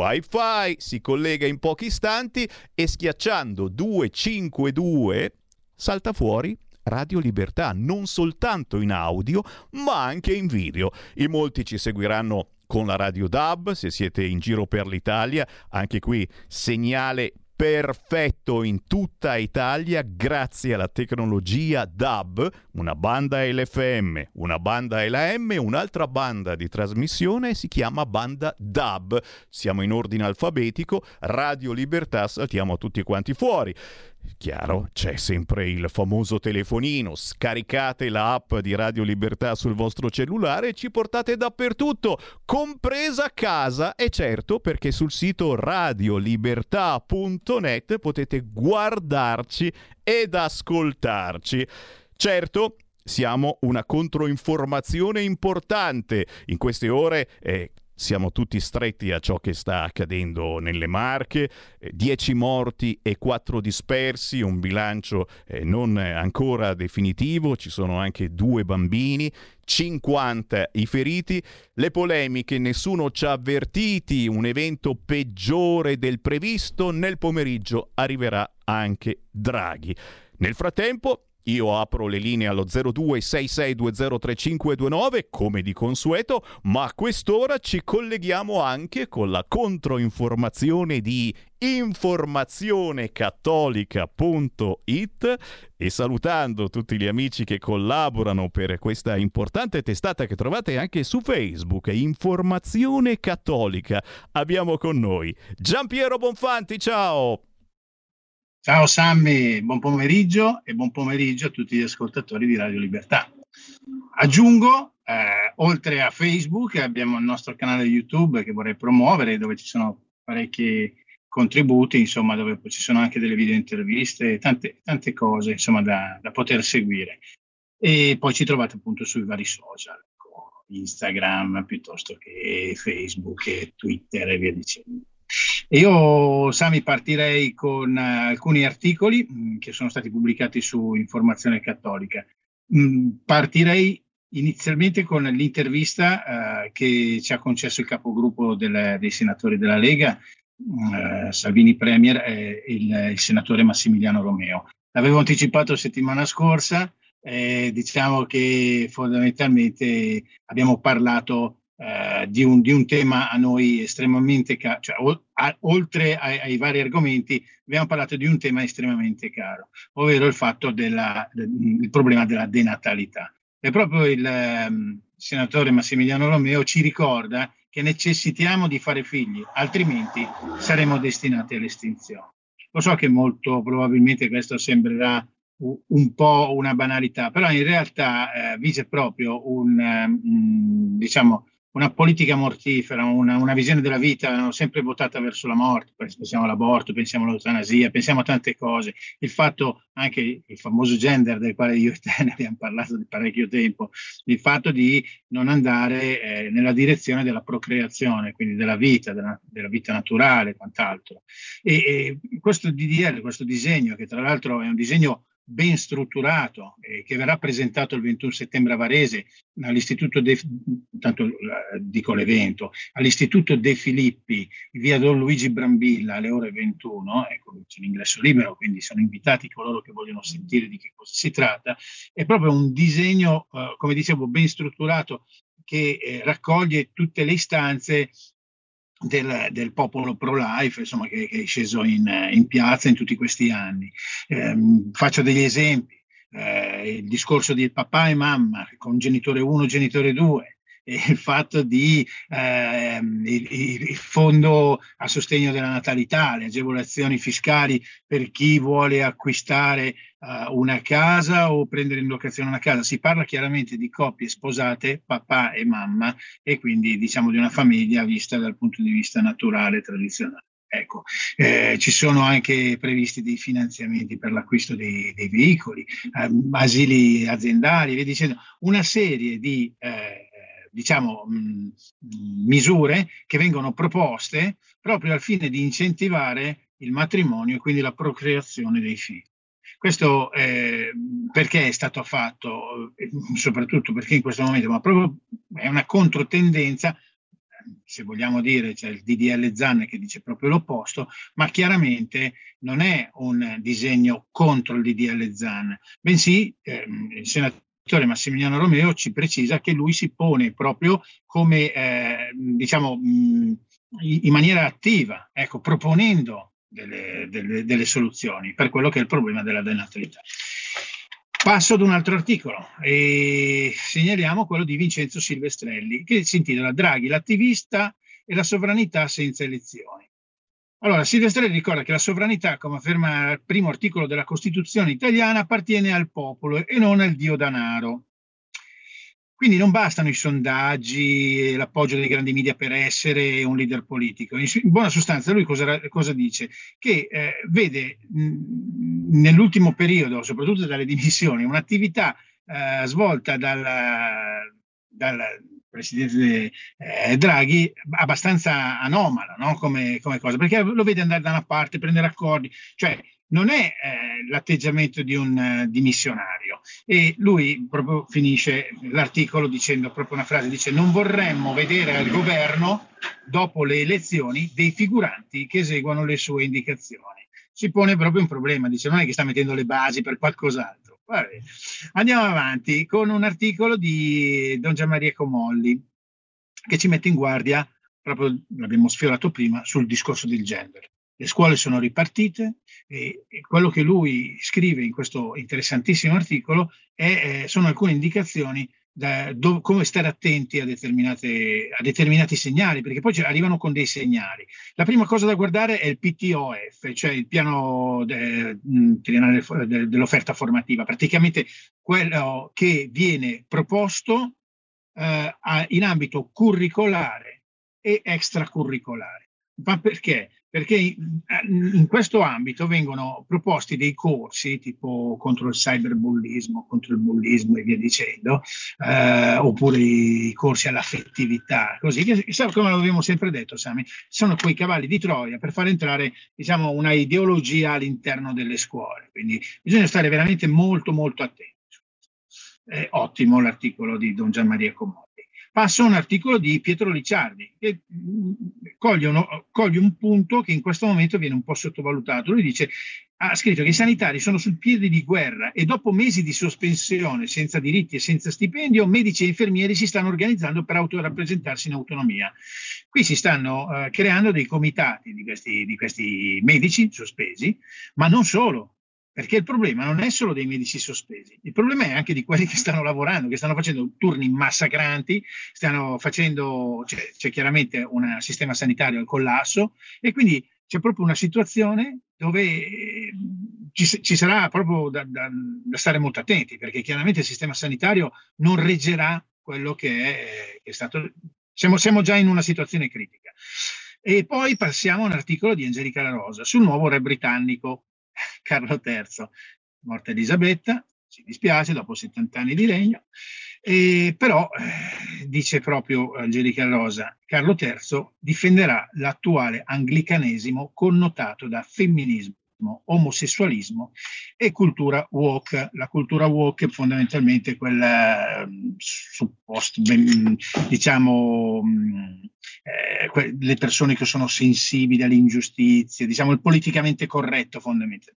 wifi, si collega in pochi istanti e schiacciando duecentocinquantadue salta fuori Radio Libertà, non soltanto in audio ma anche in video. In molti ci seguiranno con la radio D A B, se siete in giro per l'Italia, anche qui segnale perfetto in tutta Italia grazie alla tecnologia D A B, una banda L F M, una banda L A M, un'altra banda di trasmissione si chiama banda D A B. Siamo in ordine alfabetico, Radio Libertà saltiamo tutti quanti fuori. Chiaro, c'è sempre il famoso telefonino, scaricate l'app di Radio Libertà sul vostro cellulare e ci portate dappertutto, compresa a casa, e certo perché sul sito radiolibertà punto net potete guardarci ed ascoltarci. Certo, siamo una controinformazione importante in queste ore. eh, Siamo tutti stretti a ciò che sta accadendo nelle Marche, dieci morti e quattro dispersi, un bilancio eh, non ancora definitivo, ci sono anche due bambini, cinquanta i feriti, le polemiche, nessuno ci ha avvertiti, un evento peggiore del previsto, nel pomeriggio arriverà anche Draghi. Nel frattempo io apro le linee allo zero due sei sei due zero tre cinque due nove come di consueto, ma a quest'ora ci colleghiamo anche con la controinformazione di informazionecattolica punto it, e salutando tutti gli amici che collaborano per questa importante testata che trovate anche su Facebook, Informazione Cattolica, abbiamo con noi Giampiero Bonfanti. Ciao! Ciao Sammy, buon pomeriggio e buon pomeriggio a tutti gli ascoltatori di Radio Libertà. Aggiungo, eh, oltre a Facebook abbiamo il nostro canale YouTube che vorrei promuovere, dove ci sono parecchi contributi, insomma, dove ci sono anche delle video interviste, tante, tante cose, insomma, da, da poter seguire. E poi ci trovate appunto sui vari social, Instagram piuttosto che Facebook e Twitter e via dicendo. E io, Sami, partirei con uh, alcuni articoli mh, che sono stati pubblicati su Informazione Cattolica. Mh, partirei inizialmente con l'intervista uh, che ci ha concesso il capogruppo del, dei senatori della Lega, uh, Salvini Premier, e il, il senatore Massimiliano Romeo. L'avevo anticipato settimana scorsa, eh, diciamo che fondamentalmente abbiamo parlato Uh, di, un, di un tema a noi estremamente caro, cioè, o, a, oltre ai, ai vari argomenti abbiamo parlato di un tema estremamente caro, ovvero il fatto della, del problema della denatalità. E proprio il um, senatore Massimiliano Romeo ci ricorda che necessitiamo di fare figli, altrimenti saremo destinati all'estinzione. Lo so che molto probabilmente questo sembrerà un po' una banalità, però in realtà eh, vige proprio un, um, diciamo, una politica mortifera, una, una visione della vita sempre votata verso la morte. Pensiamo all'aborto, pensiamo all'eutanasia, pensiamo a tante cose. Il fatto, anche il famoso gender del quale io e te ne abbiamo parlato di parecchio tempo, il fatto di non andare eh, nella direzione della procreazione, quindi della vita, della, della vita naturale e quant'altro. E, e questo D D L, questo disegno, che tra l'altro è un disegno ben strutturato e che verrà presentato il ventuno settembre a Varese all'istituto De, tanto dico l'evento, all'istituto De Filippi, via Don Luigi Brambilla alle ore ventuno, ecco, c'è l'ingresso libero, quindi sono invitati coloro che vogliono sentire di che cosa si tratta. È proprio un disegno, eh, come dicevo, ben strutturato, che eh, raccoglie tutte le istanze Del, del popolo pro-life, insomma, che, che è sceso in, in piazza in tutti questi anni. Eh, faccio degli esempi. Eh, il discorso di papà e mamma con genitore uno, genitore due, e il fatto di eh, il, il fondo a sostegno della natalità, le agevolazioni fiscali per chi vuole acquistare uh, una casa o prendere in locazione una casa. Si parla chiaramente di coppie sposate, papà e mamma, e quindi diciamo di una famiglia vista dal punto di vista naturale, tradizionale. Ecco, eh, ci sono anche previsti dei finanziamenti per l'acquisto dei, dei veicoli, eh, asili aziendali, via dicendo, una serie di eh, diciamo mh, misure che vengono proposte proprio al fine di incentivare il matrimonio e quindi la procreazione dei figli. Questo eh, perché è stato fatto, eh, soprattutto perché in questo momento, ma proprio è una controtendenza. Se vogliamo dire, c'è il D D L Zan che dice proprio l'opposto, ma chiaramente non è un disegno contro il D D L Zan, bensì ehm, il senatore Massimiliano Romeo ci precisa che lui si pone proprio come, eh, diciamo, mh, in maniera attiva, ecco, proponendo delle, delle, delle soluzioni per quello che è il problema della denatalità. Passo ad un altro articolo e segnaliamo quello di Vincenzo Silvestrelli, che si intitola Draghi, l'attivista e la sovranità senza elezioni. Allora, Silvestrelli ricorda che la sovranità, come afferma il primo articolo della Costituzione italiana, appartiene al popolo e non al dio danaro. Quindi non bastano i sondaggi e l'appoggio dei grandi media per essere un leader politico. In buona sostanza lui cosa, cosa dice? Che eh, vede mh, nell'ultimo periodo, soprattutto dalle dimissioni, un'attività eh, svolta dal, dal presidente eh, Draghi abbastanza anomala, no? come, come cosa, perché lo vede andare da una parte, prendere accordi, cioè non è eh, l'atteggiamento di un uh, dimissionario. E lui proprio finisce l'articolo dicendo proprio una frase, dice: non vorremmo vedere al governo dopo le elezioni dei figuranti che eseguono le sue indicazioni. Si pone proprio un problema, dice non è che sta mettendo le basi per qualcos'altro. Vabbè. Andiamo avanti con un articolo di Don Gianmaria Comolli che ci mette in guardia, proprio l'abbiamo sfiorato prima, sul discorso del gender. Le scuole sono ripartite e, e quello che lui scrive in questo interessantissimo articolo è, eh, sono alcune indicazioni da do, come stare attenti a, determinate, a determinati segnali, perché poi arrivano con dei segnali. La prima cosa da guardare è il P T O F, cioè il piano de, triennale de, dell'offerta formativa, praticamente quello che viene proposto eh, a, in ambito curricolare e extracurricolare. Ma perché? Perché in questo ambito vengono proposti dei corsi tipo contro il cyberbullismo, contro il bullismo e via dicendo, eh, oppure i corsi all'affettività, così che, come l'abbiamo sempre detto, Sami, sono quei cavalli di Troia per far entrare, diciamo, una ideologia all'interno delle scuole. Quindi bisogna stare veramente molto molto attenti. È ottimo l'articolo di Don Gianmaria Comolli. Passo a un articolo di Pietro Licciardi che coglie, uno, coglie un punto che in questo momento viene un po' sottovalutato. Lui dice ha scritto che i sanitari sono sul piede di guerra e dopo mesi di sospensione, senza diritti e senza stipendio, medici e infermieri si stanno organizzando per autorappresentarsi in autonomia. Qui si stanno uh, creando dei comitati di questi, di questi medici sospesi, ma non solo, perché il problema non è solo dei medici sospesi, il problema è anche di quelli che stanno lavorando, che stanno facendo turni massacranti, stanno facendo, c'è, c'è chiaramente un sistema sanitario al collasso e quindi c'è proprio una situazione dove ci, ci sarà proprio da, da, da stare molto attenti, perché chiaramente il sistema sanitario non reggerà quello che è, che è stato. Siamo, siamo già in una situazione critica. E poi passiamo a un articolo di Angelica La Rosa sul nuovo re britannico Carlo terzo, morta Elisabetta, ci dispiace, dopo settanta anni di regno. E però eh, dice proprio Angelica Rosa, Carlo terzo difenderà l'attuale anglicanesimo connotato da femminismo, omosessualismo e cultura woke. La cultura woke è fondamentalmente quella supposto, diciamo, eh, que- le persone che sono sensibili alle ingiustizie, diciamo il politicamente corretto fondamentalmente.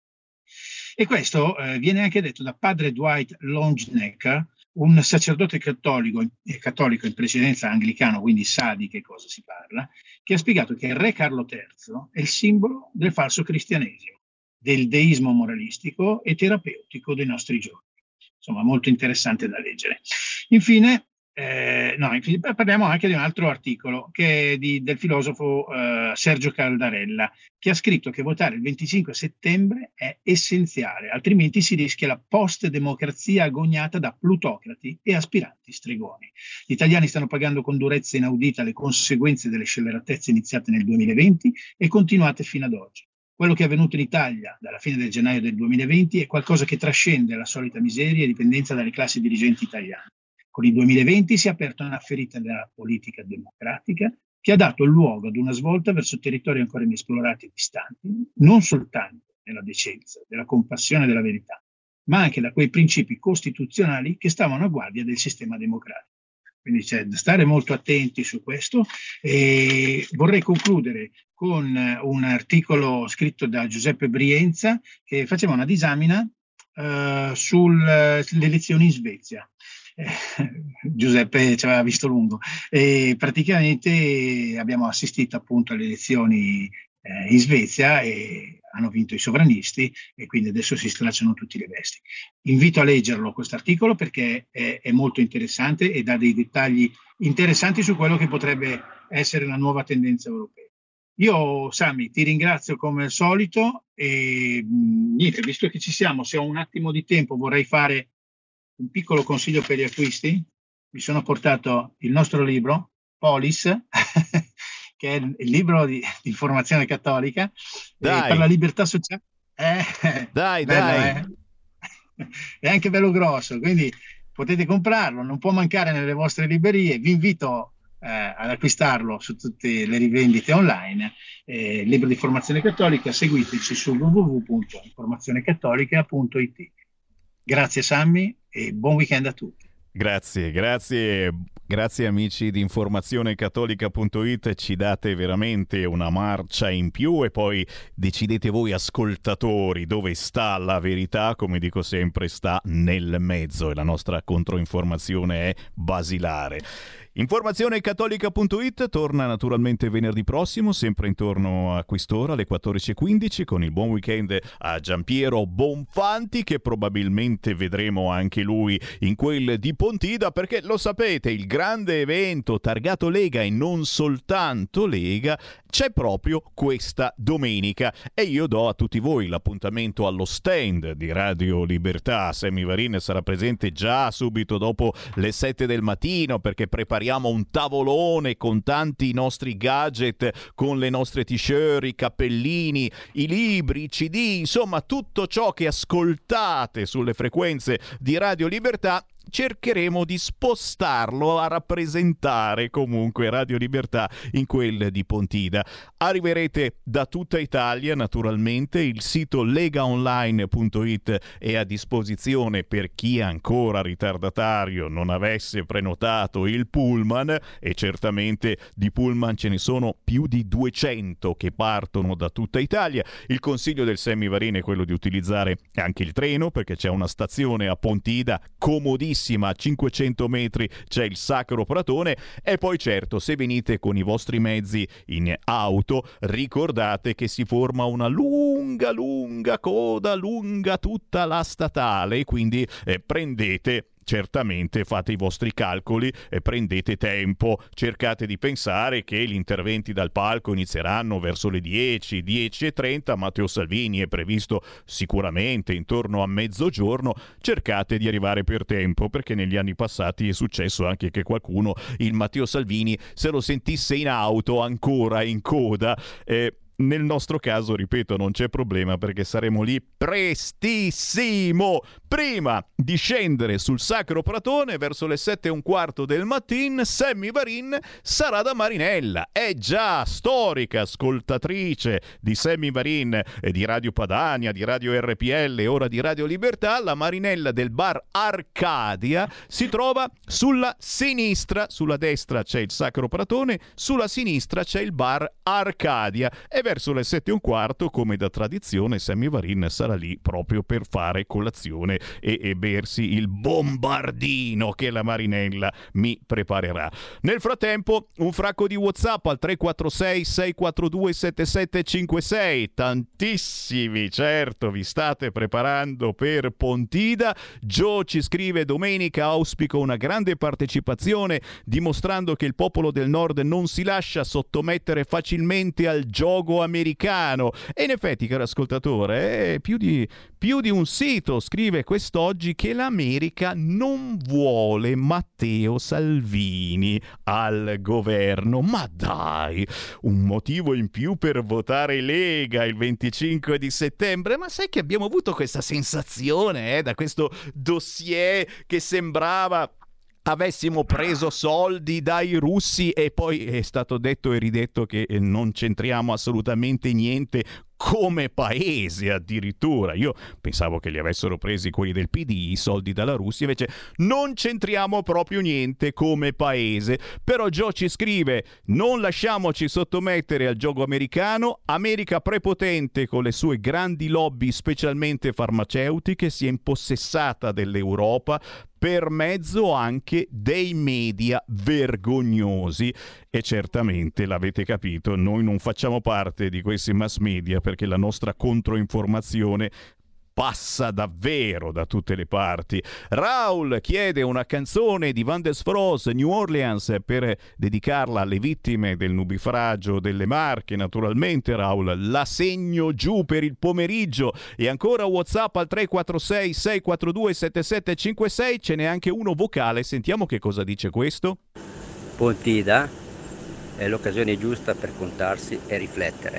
E questo eh, viene anche detto da padre Dwight Longenecker, un sacerdote cattolico, eh, cattolico in precedenza anglicano, quindi sa di che cosa si parla, che ha spiegato che il re Carlo terzo è il simbolo del falso cristianesimo, del deismo moralistico e terapeutico dei nostri giorni. Insomma, molto interessante da leggere. Infine, eh, no, infine parliamo anche di un altro articolo che è di, del filosofo eh, Sergio Caldarella, che ha scritto che votare il venticinque settembre è essenziale, altrimenti si rischia la post-democrazia agognata da plutocrati e aspiranti stregoni. Gli italiani stanno pagando con durezza inaudita le conseguenze delle scelleratezze iniziate nel duemilaventi e continuate fino ad oggi. Quello che è avvenuto in Italia dalla fine del gennaio del duemilaventi è qualcosa che trascende la solita miseria e dipendenza dalle classi dirigenti italiane. Con il duemilaventi si è aperta una ferita della politica democratica che ha dato luogo ad una svolta verso territori ancora inesplorati e distanti, non soltanto nella decenza, della compassione e della verità, ma anche da quei principi costituzionali che stavano a guardia del sistema democratico. Quindi c'è da stare molto attenti su questo e vorrei concludere con un articolo scritto da Giuseppe Brienza che faceva una disamina uh, sulle elezioni in Svezia. Eh, Giuseppe ci aveva visto lungo e praticamente abbiamo assistito appunto alle elezioni eh, in Svezia e hanno vinto i sovranisti e quindi adesso si stracciano tutti le vesti. Invito a leggerlo questo articolo perché è, è molto interessante e dà dei dettagli interessanti su quello che potrebbe essere la nuova tendenza europea. Io, Sammy, ti ringrazio come al solito e mh, niente, visto che ci siamo, se ho un attimo di tempo vorrei fare un piccolo consiglio per gli acquisti. Mi sono portato il nostro libro, Polis, che è il libro di, di informazione cattolica eh, per la libertà sociale. Eh, dai, bello, dai. Eh? È anche bello grosso, quindi potete comprarlo, non può mancare nelle vostre librerie. Vi invito eh, ad acquistarlo su tutte le rivendite online. Eh, libro di formazione cattolica, seguiteci su w w w punto informazione cattolica punto i t. Grazie Sammy e buon weekend a tutti. Grazie, grazie, grazie amici di informazione cattolica punto it, ci date veramente una marcia in più e poi decidete voi ascoltatori dove sta la verità, come dico sempre sta nel mezzo e la nostra controinformazione è basilare. informazione cattolica punto it torna naturalmente venerdì prossimo, sempre intorno a quest'ora, alle quattordici e quindici, con il buon weekend a Giampiero Bonfanti, che probabilmente vedremo anche lui in quel di Pontida, perché lo sapete, il grande evento targato Lega e non soltanto Lega c'è proprio questa domenica e io do a tutti voi l'appuntamento allo stand di Radio Libertà. Sammy Varin sarà presente già subito dopo le sette del mattino perché prepariamo un tavolone con tanti nostri gadget, con le nostre t-shirt, i cappellini, i libri, i C D, insomma tutto ciò che ascoltate sulle frequenze di Radio Libertà cercheremo di spostarlo a rappresentare comunque Radio Libertà in quel di Pontida. Arriverete da tutta Italia, naturalmente. Il sito legaonline punto it è a disposizione per chi ancora ritardatario non avesse prenotato il pullman, e certamente di pullman ce ne sono più di duecento che partono da tutta Italia. Il consiglio del Semivarin è quello di utilizzare anche il treno, perché c'è una stazione a Pontida comodissima, a cinquecento metri c'è il Sacro Pratone. E poi certo, se venite con i vostri mezzi in auto, ricordate che si forma una lunga lunga coda lunga tutta la statale, quindi eh, prendete certamente, fate i vostri calcoli e prendete tempo. Cercate di pensare che gli interventi dal palco inizieranno verso le dieci, dieci e trenta. Matteo Salvini è previsto sicuramente intorno a mezzogiorno. Cercate di arrivare per tempo, perché negli anni passati è successo anche che qualcuno il Matteo Salvini se lo sentisse in auto ancora in coda. Eh, Nel nostro caso, ripeto, non c'è problema, perché saremo lì prestissimo. Prima di scendere sul Sacro Pratone, verso le sette e un quarto del mattino, Semivarin sarà da Marinella. È già storica ascoltatrice di Semivarin e di Radio Padania, di Radio R P L e ora di Radio Libertà. La Marinella del bar Arcadia si trova sulla sinistra. Sulla destra c'è il Sacro Pratone, sulla sinistra c'è il bar Arcadia. E verso le sette e un quarto, come da tradizione, Semivarin sarà lì proprio per fare colazione e, e bersi il bombardino che la Marinella mi preparerà. Nel frattempo, un fracco di WhatsApp al tre quattro sei sei quattro due sette sette cinque sei. Tantissimi, certo, vi state preparando per Pontida. Joe ci scrive: domenica auspico una grande partecipazione, dimostrando che il popolo del nord non si lascia sottomettere facilmente al gioco americano. E in effetti, caro ascoltatore, eh, più di più di un sito scrive quest'oggi che l'America non vuole Matteo Salvini al governo. Ma dai, un motivo in più per votare Lega il venticinque di settembre. Ma sai che abbiamo avuto questa sensazione eh, da questo dossier che sembrava avessimo preso soldi dai russi, e poi è stato detto e ridetto che non c'entriamo assolutamente niente come paese. Addirittura io pensavo che li avessero presi quelli del P D I, i soldi dalla Russia, invece non c'entriamo proprio niente come paese. Però Joe ci scrive: non lasciamoci sottomettere al gioco americano. America prepotente con le sue grandi lobby, specialmente farmaceutiche, si è impossessata dell'Europa per mezzo anche dei media vergognosi. E certamente l'avete capito, noi non facciamo parte di questi mass media, perché la nostra controinformazione passa davvero da tutte le parti. Raul chiede una canzone di Van der Sfroos, New Orleans, per dedicarla alle vittime del nubifragio delle Marche. Naturalmente, Raul, la segno giù per il pomeriggio. E ancora WhatsApp al tre quattro sei sei quattro due sette sette cinque sei. Ce n'è anche uno vocale, sentiamo che cosa dice questo. Pontida è l'occasione giusta per contarsi e riflettere.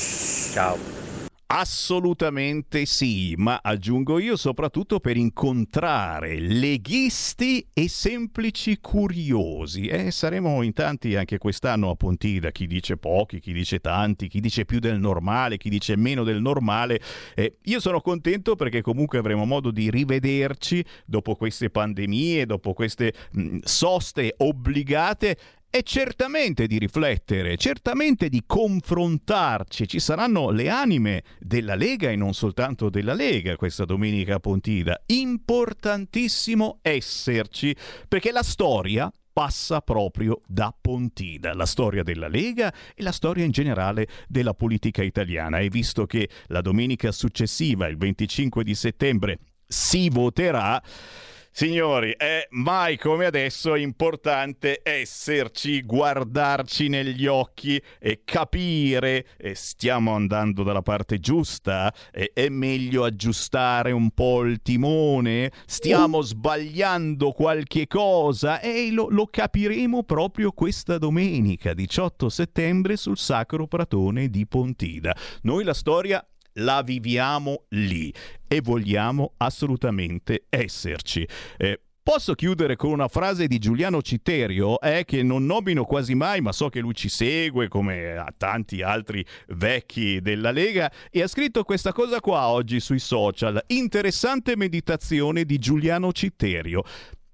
Ciao. Assolutamente sì, ma aggiungo io soprattutto per incontrare leghisti e semplici curiosi. E saremo in tanti anche quest'anno a Pontida, chi dice pochi, chi dice tanti, chi dice più del normale, chi dice meno del normale. Eh, io sono contento perché comunque avremo modo di rivederci dopo queste pandemie, dopo queste mh, soste obbligate, e certamente di riflettere, certamente di confrontarci. Ci saranno le anime della Lega e non soltanto della Lega questa domenica a Pontida. Importantissimo esserci, perché la storia passa proprio da Pontida, la storia della Lega e la storia in generale della politica italiana. E visto che la domenica successiva, il venticinque di settembre, si voterà, signori, è mai come adesso importante esserci, guardarci negli occhi e capire eh, stiamo andando dalla parte giusta, eh, è meglio aggiustare un po' il timone, stiamo sbagliando qualche cosa, e lo, lo capiremo proprio questa domenica diciotto settembre sul Sacro Pratone di Pontida. Noi la storia la viviamo lì e vogliamo assolutamente esserci. Eh, Posso chiudere con una frase di Giuliano Citterio, eh, che non nomino quasi mai, ma so che lui ci segue come a tanti altri vecchi della Lega, e ha scritto questa cosa qua oggi sui social. Interessante meditazione di Giuliano Citterio.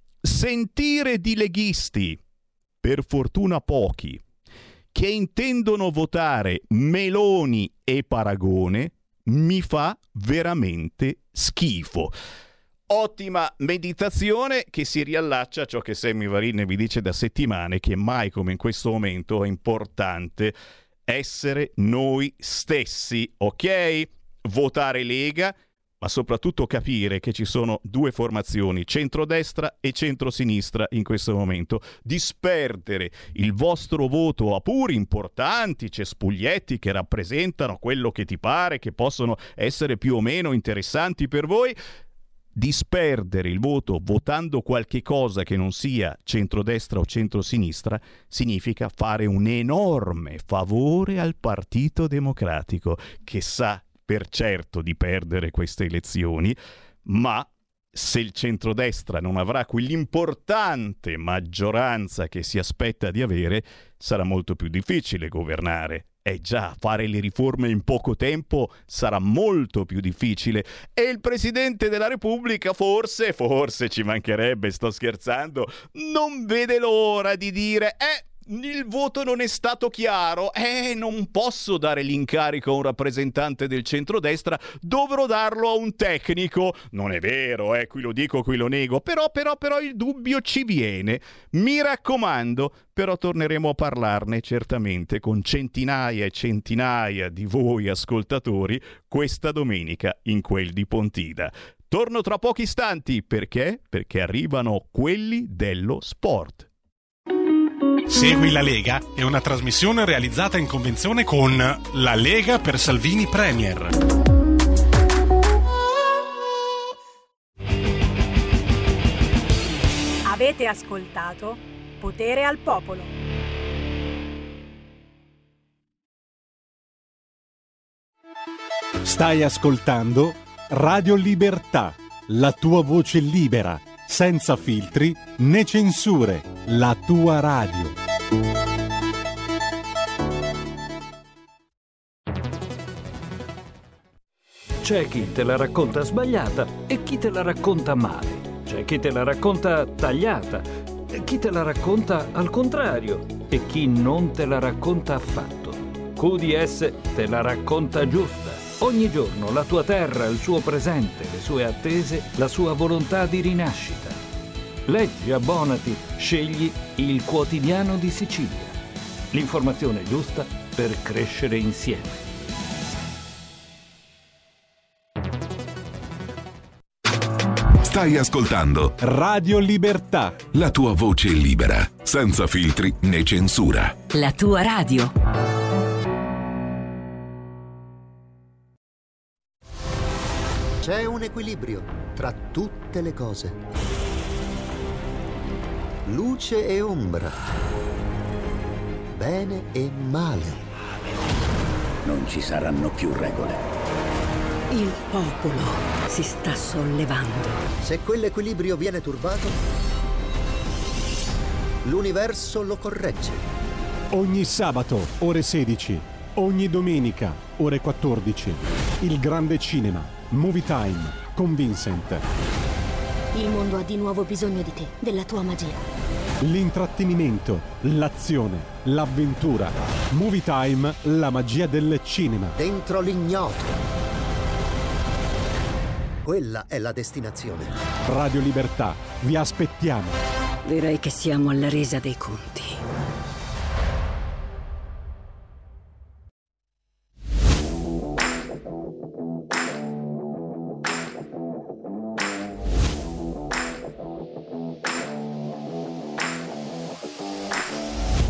Sentire di leghisti, per fortuna pochi, che intendono votare Meloni e Paragone, mi fa veramente schifo. Ottima meditazione che si riallaccia a ciò che Sammy Varin vi dice da settimane, che mai come in questo momento è importante essere noi stessi, ok? Votare Lega, ma soprattutto capire che ci sono due formazioni, centrodestra e centrosinistra in questo momento. Disperdere il vostro voto a pur importanti cespuglietti che rappresentano quello che ti pare, che possono essere più o meno interessanti per voi. Disperdere il voto votando qualche cosa che non sia centrodestra o centrosinistra significa fare un enorme favore al Partito Democratico, che sa per certo di perdere queste elezioni, ma se il centrodestra non avrà quell'importante maggioranza che si aspetta di avere, sarà molto più difficile governare. Eh già, fare le riforme in poco tempo sarà molto più difficile, e il Presidente della Repubblica forse, forse ci mancherebbe, sto scherzando, non vede l'ora di dire eh, il voto non è stato chiaro, eh, non posso dare l'incarico a un rappresentante del centrodestra, dovrò darlo a un tecnico. Non è vero, eh, qui lo dico, qui lo nego, però, però, però il dubbio ci viene. Mi raccomando, però torneremo a parlarne certamente con centinaia e centinaia di voi ascoltatori questa domenica in quel di Pontida. Torno tra pochi istanti, perché? Perché arrivano quelli dello sport. Segui la Lega è una trasmissione realizzata in convenzione con La Lega per Salvini Premier. Avete ascoltato Potere al Popolo. Stai ascoltando Radio Libertà, la tua voce libera, senza filtri né censure, la tua radio. C'è chi te la racconta sbagliata e chi te la racconta male. C'è chi te la racconta tagliata e chi te la racconta al contrario e chi non te la racconta affatto. Q D S te la racconta giusta. Ogni giorno la tua terra, il suo presente, le sue attese, la sua volontà di rinascita. Leggi, abbonati, scegli il Quotidiano di Sicilia. L'informazione giusta per crescere insieme. Stai ascoltando Radio Libertà, la tua voce libera, senza filtri né censura. La tua radio. C'è un equilibrio tra tutte le cose. Luce e ombra. Bene e male. Non ci saranno più regole. Il popolo si sta sollevando. Se quell'equilibrio viene turbato, l'universo lo corregge. Ogni sabato, ore sedici. Ogni domenica, ore quattordici. Il grande cinema, Movie Time, con Vincent. Il mondo ha di nuovo bisogno di te, della tua magia. L'intrattenimento, l'azione, l'avventura. Movie Time, la magia del cinema. Dentro l'ignoto. Quella è la destinazione. Radio Libertà, vi aspettiamo. Direi che siamo alla resa dei conti.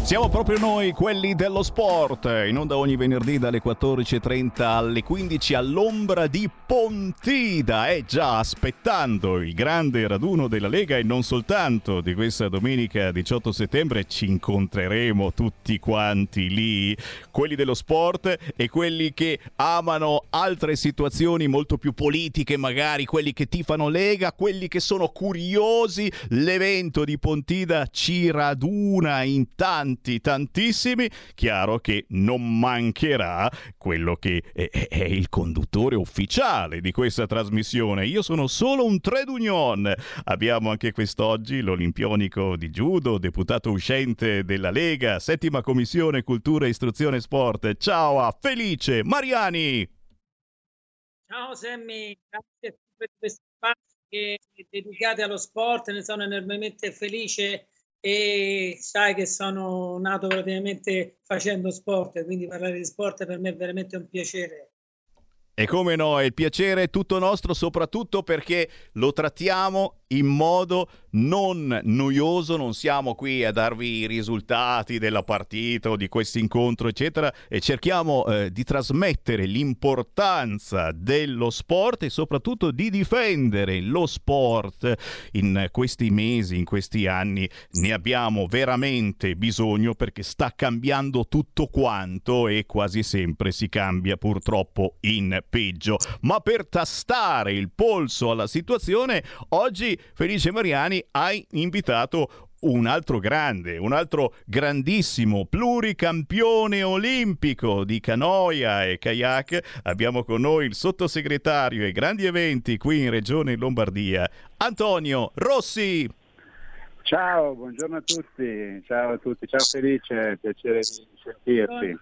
Siamo proprio noi, quelli dello sport, in onda ogni venerdì dalle quattordici e trenta alle quindici all'ombra di Pontida. Eh già, aspettando il grande raduno della Lega e non soltanto di questa domenica diciotto settembre, ci incontreremo tutti quanti lì, quelli dello sport e quelli che amano altre situazioni molto più politiche, magari quelli che tifano Lega, quelli che sono curiosi. L'evento di Pontida ci raduna in tanti tantissimi. Chiaro che non mancherà quello che è, è il conduttore ufficiale di questa trasmissione. Io sono solo un trade union. Abbiamo anche quest'oggi l'olimpionico di judo, deputato uscente della Lega, settima commissione cultura, istruzione e sport. Ciao a Felice Mariani. Ciao Sammy, grazie per questi spazi dedicati allo sport, ne sono enormemente felice. E sai che sono nato praticamente facendo sport, quindi parlare di sport per me è veramente un piacere. E come no, il piacere è tutto nostro, soprattutto perché lo trattiamo in modo non noioso. Non siamo qui a darvi i risultati della partita o di questo incontro eccetera, e cerchiamo eh, di trasmettere l'importanza dello sport e soprattutto di difendere lo sport. In questi mesi, in questi anni ne abbiamo veramente bisogno, perché sta cambiando tutto quanto e quasi sempre si cambia purtroppo in peggio. Ma per tastare il polso alla situazione, oggi Felice Mariani hai invitato un altro grande, un altro grandissimo pluricampione olimpico di canoia e kayak. Abbiamo con noi il sottosegretario ai grandi eventi qui in Regione Lombardia, Antonio Rossi. Ciao, buongiorno a tutti, ciao a tutti, ciao Felice, piacere di sentirti.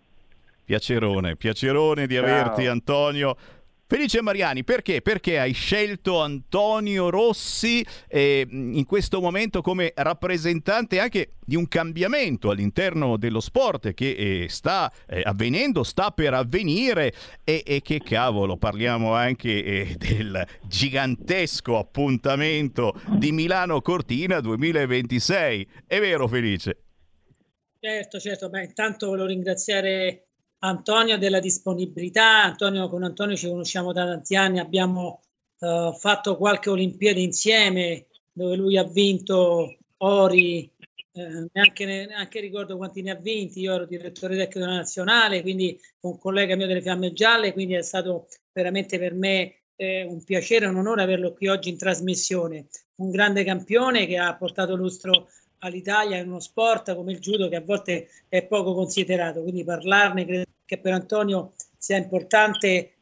Piacerone, piacerone di Ciao. averti, Antonio. Felice Mariani, perché? Perché hai scelto Antonio Rossi eh, in questo momento come rappresentante anche di un cambiamento all'interno dello sport che eh, sta eh, avvenendo, sta per avvenire e, e che cavolo, parliamo anche eh, del gigantesco appuntamento di Milano Cortina duemilaventisei. È vero, Felice? Certo, certo. Beh, intanto volevo ringraziare Antonio della disponibilità. Antonio, con Antonio ci conosciamo da tanti anni, abbiamo uh, fatto qualche Olimpiade insieme dove lui ha vinto ori, eh, neanche, neanche ricordo quanti ne ha vinti. Io ero direttore tecnico della nazionale, quindi un collega mio delle Fiamme Gialle, quindi è stato veramente per me eh, un piacere e un onore averlo qui oggi in trasmissione. Un grande campione che ha portato lustro all'Italia in uno sport come il judo che a volte è poco considerato, quindi parlarne credo che per Antonio sia importante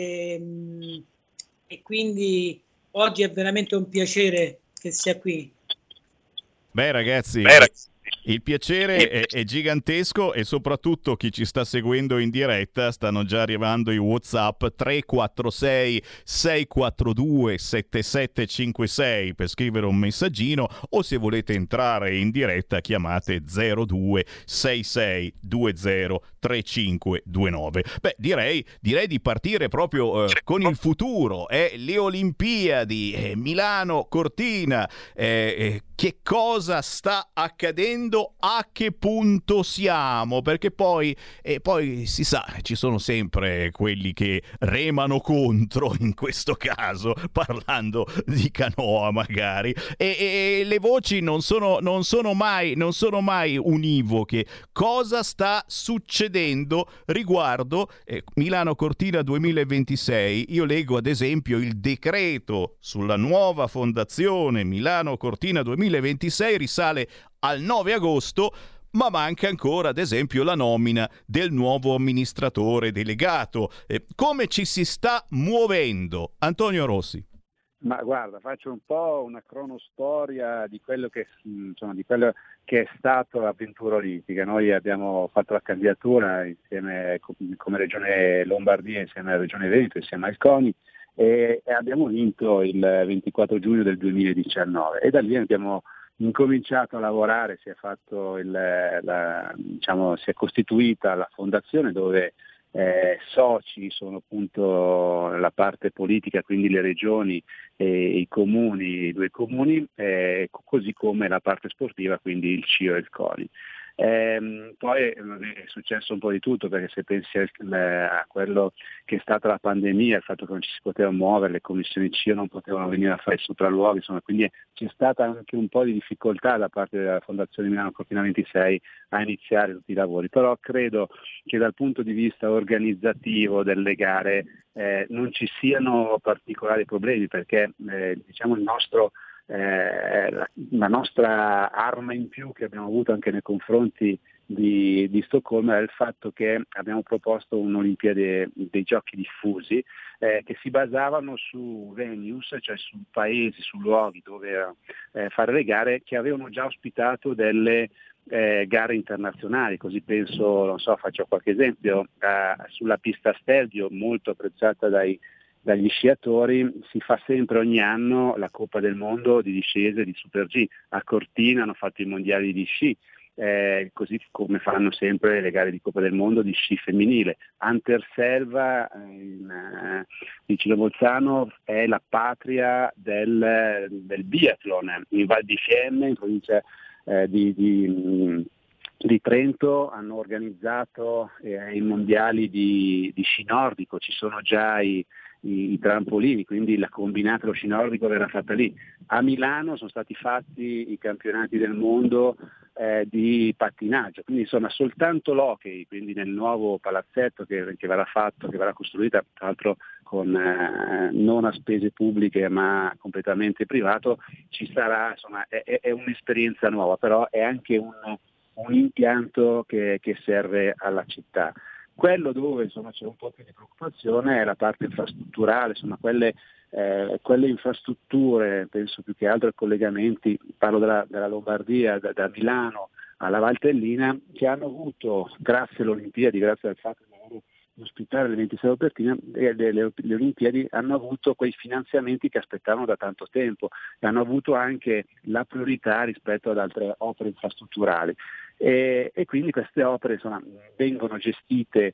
e, e quindi oggi è veramente un piacere che sia qui. Beh ragazzi, Beh, ragazzi. il piacere è, è gigantesco e soprattutto chi ci sta seguendo in diretta, stanno già arrivando i WhatsApp tre quattro sei sei quattro due sette sette cinque sei per scrivere un messaggino, o se volete entrare in diretta chiamate zero due sei sei due zero tre cinque due nove. Beh, direi, direi di partire proprio eh, con il futuro, eh, le Olimpiadi, eh, Milano Cortina, eh, eh, che cosa sta accadendo, a che punto siamo, perché poi, eh, poi si sa, ci sono sempre quelli che remano contro in questo caso, parlando di canoa magari, e, e le voci non sono, non sono mai, non sono mai univoche. Cosa sta succedendo riguardo eh, Milano Cortina duemilaventisei? Io leggo ad esempio il decreto sulla nuova fondazione Milano Cortina duemilaventisei, risale al nove agosto, ma manca ancora ad esempio la nomina del nuovo amministratore delegato. Eh, come ci si sta muovendo? Antonio Rossi. Ma guarda, faccio un po' una cronostoria di quello che, insomma, di quello che è stato l'avventura olimpica. Noi abbiamo fatto la candidatura insieme come Regione Lombardia, insieme alla Regione Veneto, insieme al CONI, e, e abbiamo vinto il ventiquattro giugno del duemiladiciannove e da lì abbiamo incominciato a lavorare. Si è fatto il, la, diciamo, si è costituita la fondazione dove Eh, soci sono appunto la parte politica, quindi le regioni e i comuni, i due comuni, eh, così come la parte sportiva, quindi il C I O e il CONI. Ehm, poi è successo un po' di tutto, perché se pensi a quello che è stata la pandemia, il fatto che non ci si poteva muovere, le commissioni C I O non potevano venire a fare i sopralluoghi, insomma, quindi c'è stata anche un po' di difficoltà da parte della Fondazione Milano Cortina ventisei a iniziare tutti i lavori, però credo che dal punto di vista organizzativo delle gare eh, non ci siano particolari problemi, perché eh, diciamo il nostro Eh, la, la nostra arma in più che abbiamo avuto anche nei confronti di, di Stoccolma è il fatto che abbiamo proposto un'Olimpiade dei giochi diffusi eh, che si basavano su venues, cioè su paesi, su luoghi dove eh, fare le gare, che avevano già ospitato delle eh, gare internazionali. Così penso, non so, faccio qualche esempio, eh, sulla pista Stelvio, molto apprezzata dai dagli sciatori, si fa sempre ogni anno la Coppa del Mondo di discese di Super G. A Cortina hanno fatto i mondiali di sci, eh, così come fanno sempre le gare di Coppa del Mondo di sci femminile. Anterselva in, eh, in Cilevolzano è la patria del, del biathlon. In Val di Fiemme, in provincia eh, di, di di Trento, hanno organizzato eh, i mondiali di, di sci nordico, ci sono già i, i, i trampolini, quindi la combinata lo sci nordico verrà fatta lì. A Milano sono stati fatti i campionati del mondo eh, di pattinaggio, quindi insomma soltanto l'hockey, quindi nel nuovo palazzetto che, che verrà fatto, che verrà costruita tra l'altro con eh, non a spese pubbliche ma completamente privato, ci sarà, insomma è, è, è un'esperienza nuova, però è anche un un impianto che, che serve alla città. Quello dove insomma c'è un po' più di preoccupazione è la parte infrastrutturale, insomma quelle, eh, quelle infrastrutture, penso più che altro ai collegamenti, parlo della, della Lombardia, da, da Milano alla Valtellina, che hanno avuto, grazie alle Olimpiadi, grazie al fatto di ospitare le ventisei Albertine, le, le, le Olimpiadi hanno avuto quei finanziamenti che aspettavano da tanto tempo e hanno avuto anche la priorità rispetto ad altre opere infrastrutturali. E, e quindi queste opere insomma, vengono gestite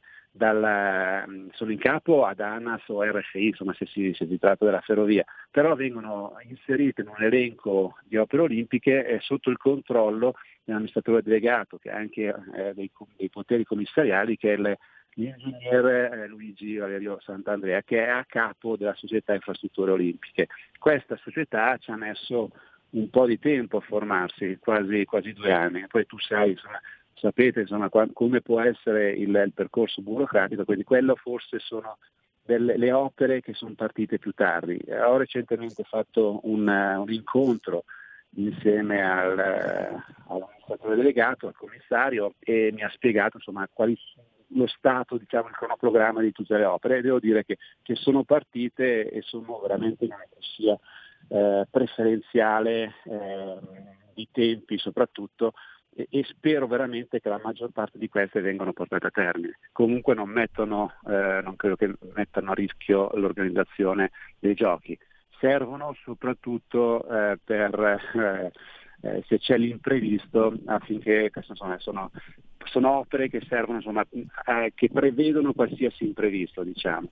dalla, sono in capo ad ANAS o R F I, insomma se si, se si tratta della ferrovia, però vengono inserite in un elenco di opere olimpiche eh, sotto il controllo dell'amministratore delegato, che ha anche eh, dei, dei poteri commissariali, che è il, l'ingegnere eh, Luigi Valerio Sant'Andrea, che è a capo della società infrastrutture olimpiche. Questa società ci ha messo un po' di tempo a formarsi, quasi, quasi due anni. Poi tu sai, insomma, sapete insomma, qua, come può essere il, il percorso burocratico, quindi quello forse sono delle le opere che sono partite più tardi. Ho recentemente fatto un, un incontro insieme al, all'amministratore delegato, al commissario, e mi ha spiegato insomma quali lo stato, diciamo, il cronoprogramma di tutte le opere, e devo dire che, che sono partite e sono veramente in una corsia eh, preferenziale eh, di tempi soprattutto, e, e spero veramente che la maggior parte di queste vengano portate a termine. Comunque non mettono, eh, non credo che mettano a rischio l'organizzazione dei giochi. Servono soprattutto eh, per eh, eh, se c'è l'imprevisto, affinché queste sono, sono, sono opere che servono, insomma, eh, che prevedono qualsiasi imprevisto, diciamo.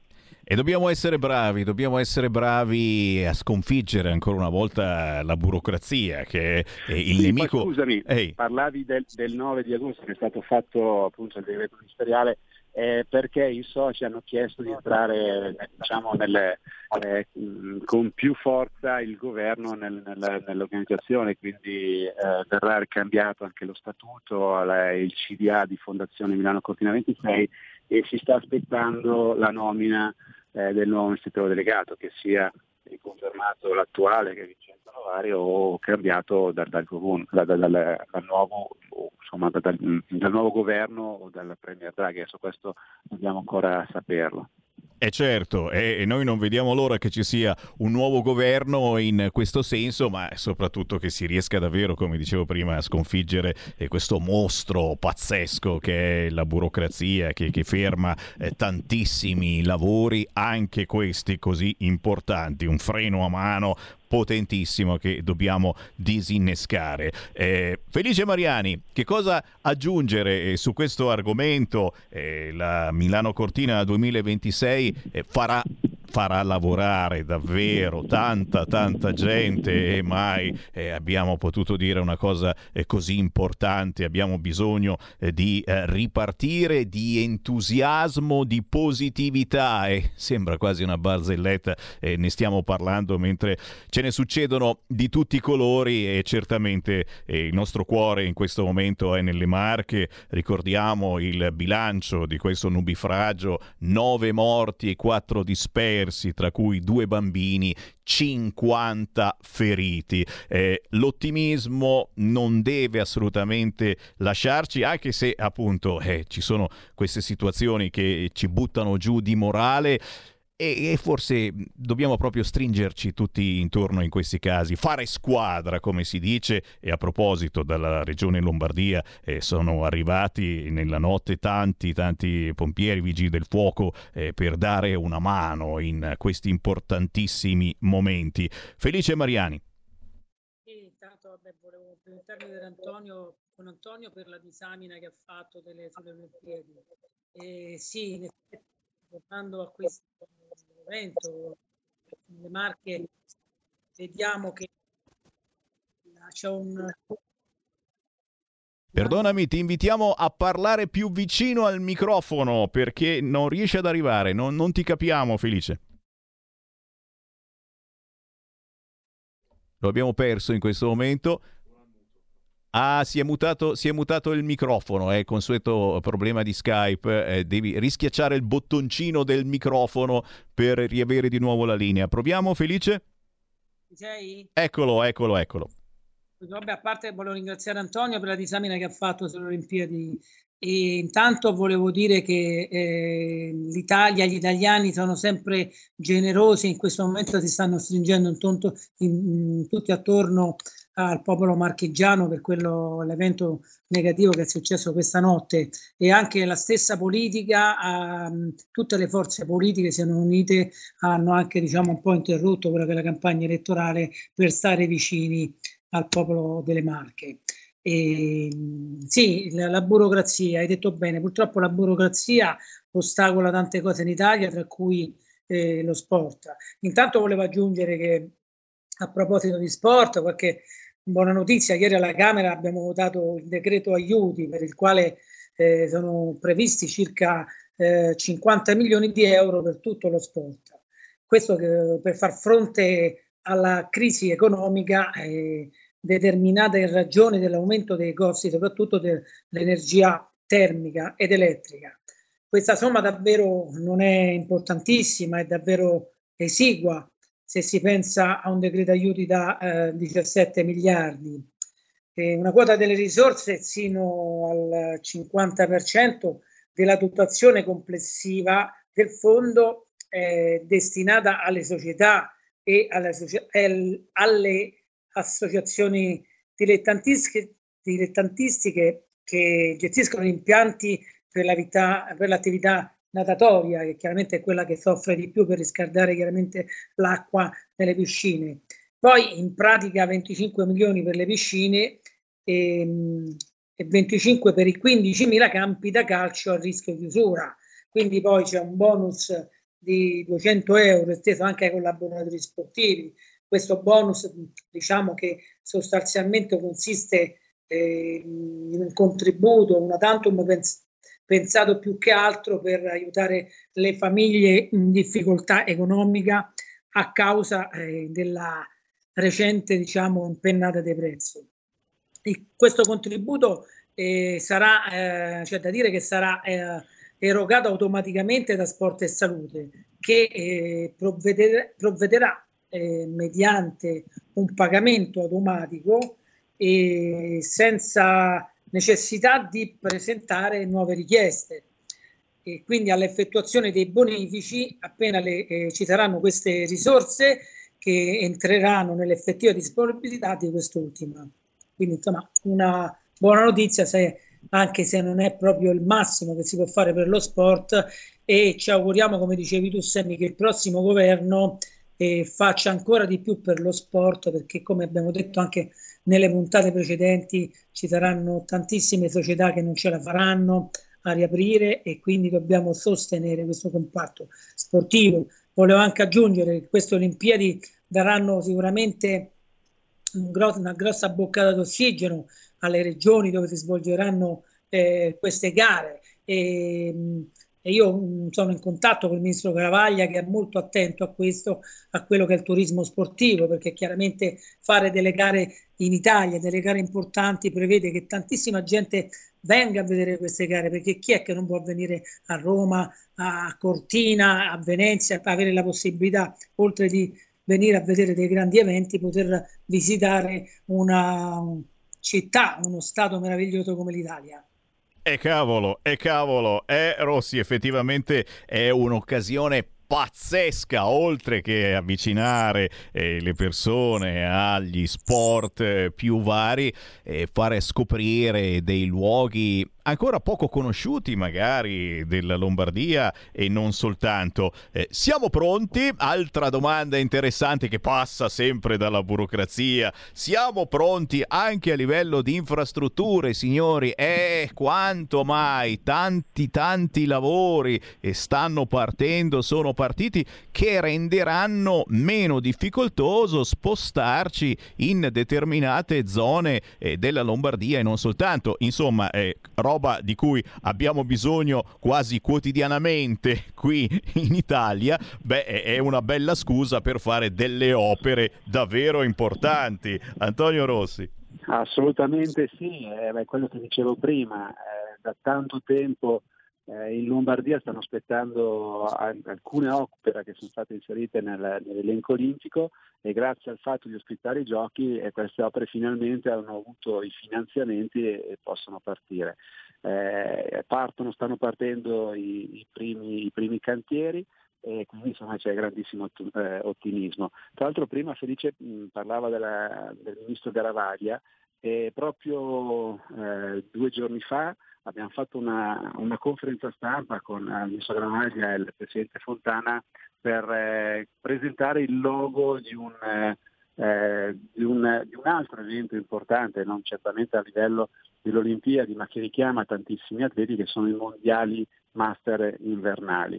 E dobbiamo essere bravi, dobbiamo essere bravi a sconfiggere ancora una volta la burocrazia, che è il sì, nemico. Poi, scusami, Ehi. parlavi del, del nove di agosto, che è stato fatto appunto il decreto ministeriale, eh, perché i soci hanno chiesto di entrare, diciamo, nelle, eh, con più forza il governo nel, nel, nell'organizzazione, quindi eh, verrà ricambiato anche lo statuto, la, il C D A di Fondazione Milano Cortina ventisei, e si sta aspettando la nomina eh, del nuovo amministratore delegato, che sia confermato l'attuale, che è Vincenzo Novari, o cambiato dal, dal, dal, dal, dal, nuovo, insomma, dal, dal nuovo governo o dal Premier Draghi. Adesso questo dobbiamo ancora saperlo. E certo, e noi non vediamo l'ora che ci sia un nuovo governo in questo senso, ma soprattutto che si riesca davvero, come dicevo prima, a sconfiggere questo mostro pazzesco che è la burocrazia, che, che ferma eh, tantissimi lavori, anche questi così importanti, un freno a mano potentissimo che dobbiamo disinnescare. Eh, Felice Mariani, che cosa aggiungere su questo argomento? Eh, la Milano Cortina duemilaventisei eh, farà farà lavorare davvero tanta tanta gente e mai eh, abbiamo potuto dire una cosa eh, così importante. Abbiamo bisogno eh, di eh, ripartire, di entusiasmo, di positività, e sembra quasi una barzelletta, eh, ne stiamo parlando mentre ce ne succedono di tutti i colori, e certamente eh, il nostro cuore in questo momento è nelle Marche. Ricordiamo il bilancio di questo nubifragio: nove morti e quattro dispersi, tra cui due bambini, cinquanta feriti. Eh, l'ottimismo non deve assolutamente lasciarci, anche se appunto eh, ci sono queste situazioni che ci buttano giù di morale, e, e forse dobbiamo proprio stringerci tutti intorno in questi casi, fare squadra, come si dice. E a proposito, dalla regione Lombardia eh, sono arrivati nella notte tanti tanti pompieri, vigili del fuoco, eh, per dare una mano in questi importantissimi momenti. Felice Mariani. Sì, intanto vabbè, volevo complimentarmi per Antonio, con Antonio per la disamina che ha fatto delle Olimpiadi. E sì, in effetti, tornando a questo evento, le Marche, vediamo che c'è un... Perdonami, ti invitiamo a parlare più vicino al microfono perché non riesci ad arrivare, non, non ti capiamo, Felice. Lo abbiamo perso in questo momento. Ah, si è mutato, si è mutato il microfono, è eh, consueto problema di Skype, eh, devi rischiacciare il bottoncino del microfono per riavere di nuovo la linea. Proviamo, Felice? Sei? Eccolo, eccolo, eccolo. Vabbè, a parte volevo ringraziare Antonio per la disamina che ha fatto sulle Olimpiadi, e intanto volevo dire che eh, l'Italia, gli italiani sono sempre generosi, in questo momento si stanno stringendo in tonto, in, in, tutti attorno al popolo marchigiano per quello, l'evento negativo che è successo questa notte, e anche la stessa politica, eh, tutte le forze politiche si sono unite, hanno anche diciamo un po' interrotto quella che è la campagna elettorale per stare vicini al popolo delle Marche. E, sì, la, la burocrazia, hai detto bene, purtroppo la burocrazia ostacola tante cose in Italia, tra cui eh, lo sport. Intanto volevo aggiungere che, a proposito di sport, qualche buona notizia: ieri alla Camera abbiamo votato il decreto aiuti, per il quale eh, sono previsti circa eh, cinquanta milioni di euro per tutto lo sport. Questo che, per far fronte alla crisi economica eh, determinata in ragione dell'aumento dei costi, soprattutto dell'energia termica ed elettrica. Questa somma davvero non è importantissima, è davvero esigua se si pensa a un decreto aiuti da eh, diciassette miliardi. E una quota delle risorse sino al cinquanta per cento della dotazione complessiva del fondo è destinata alle società e alle, socia- alle associazioni dilettantistiche, dilettantistiche che gestiscono impianti per, la vita, per l'attività natatoria, che chiaramente è quella che soffre di più per riscaldare chiaramente l'acqua nelle piscine. Poi in pratica venticinque milioni per le piscine e, e venticinque per i quindicimila campi da calcio a rischio chiusura. Quindi poi c'è un bonus di duecento euro esteso anche ai collaboratori sportivi. Questo bonus, diciamo che sostanzialmente consiste eh, in un contributo, una tantum pens- pensato più che altro per aiutare le famiglie in difficoltà economica a causa eh, della recente, diciamo, impennata dei prezzi. E questo contributo eh, sarà, eh, c'è da dire che sarà eh, erogato automaticamente da Sport e Salute, che eh, provvederà, provvederà Eh, mediante un pagamento automatico e senza necessità di presentare nuove richieste, e quindi all'effettuazione dei bonifici, appena le, eh, ci saranno queste risorse che entreranno nell'effettiva disponibilità di quest'ultima. Quindi insomma una buona notizia, se, anche se non è proprio il massimo che si può fare per lo sport, e ci auguriamo, come dicevi tu Sammy, che il prossimo governo e faccia ancora di più per lo sport, perché come abbiamo detto anche nelle puntate precedenti ci saranno tantissime società che non ce la faranno a riaprire, e quindi dobbiamo sostenere questo comparto sportivo volevo anche aggiungere che queste Olimpiadi daranno sicuramente un gro- una grossa boccata d'ossigeno alle regioni dove si svolgeranno eh, queste gare. E, e io mh, sono in contatto con il ministro Garavaglia, che è molto attento a questo, a quello che è il turismo sportivo, perché chiaramente fare delle gare in Italia, delle gare importanti, prevede che tantissima gente venga a vedere queste gare, perché chi è che non può venire a Roma, a Cortina, a Venezia, avere la possibilità, oltre di venire a vedere dei grandi eventi, poter visitare una città, uno stato meraviglioso come l'Italia. E cavolo, e cavolo, eh Rossi, effettivamente è un'occasione pazzesca, oltre che avvicinare eh, le persone agli sport eh, più vari, e fare scoprire dei luoghi ancora poco conosciuti magari della Lombardia e non soltanto. Eh, siamo pronti? Altra domanda interessante che passa sempre dalla burocrazia. Siamo pronti anche a livello di infrastrutture, signori? Eh, quanto mai? Tanti tanti lavori e stanno partendo, sono partiti, che renderanno meno difficoltoso spostarci in determinate zone eh, della Lombardia e non soltanto. Insomma, eh, roba di cui abbiamo bisogno quasi quotidianamente qui in Italia. Beh, è una bella scusa per fare delle opere davvero importanti. Antonio Rossi. Assolutamente sì, è eh, quello che dicevo prima, eh, da tanto tempo eh, in Lombardia stanno aspettando a, alcune opere che sono state inserite nel, nell'elenco olimpico, e grazie al fatto di ospitare i giochi eh, queste opere finalmente hanno avuto i finanziamenti e, e possono partire. Eh, partono, stanno partendo i, i, primi, i primi cantieri, e quindi insomma c'è grandissimo eh, ottimismo. Tra l'altro prima Felice mh, parlava della, del ministro Garavaglia, e proprio eh, due giorni fa abbiamo fatto una, una conferenza stampa con il ministro Garavaglia e il presidente Fontana per eh, presentare il logo di un, eh, di, un, di un altro evento importante, non certamente a livello delle Olimpiadi, ma che richiama tantissimi atleti, che sono i mondiali master invernali.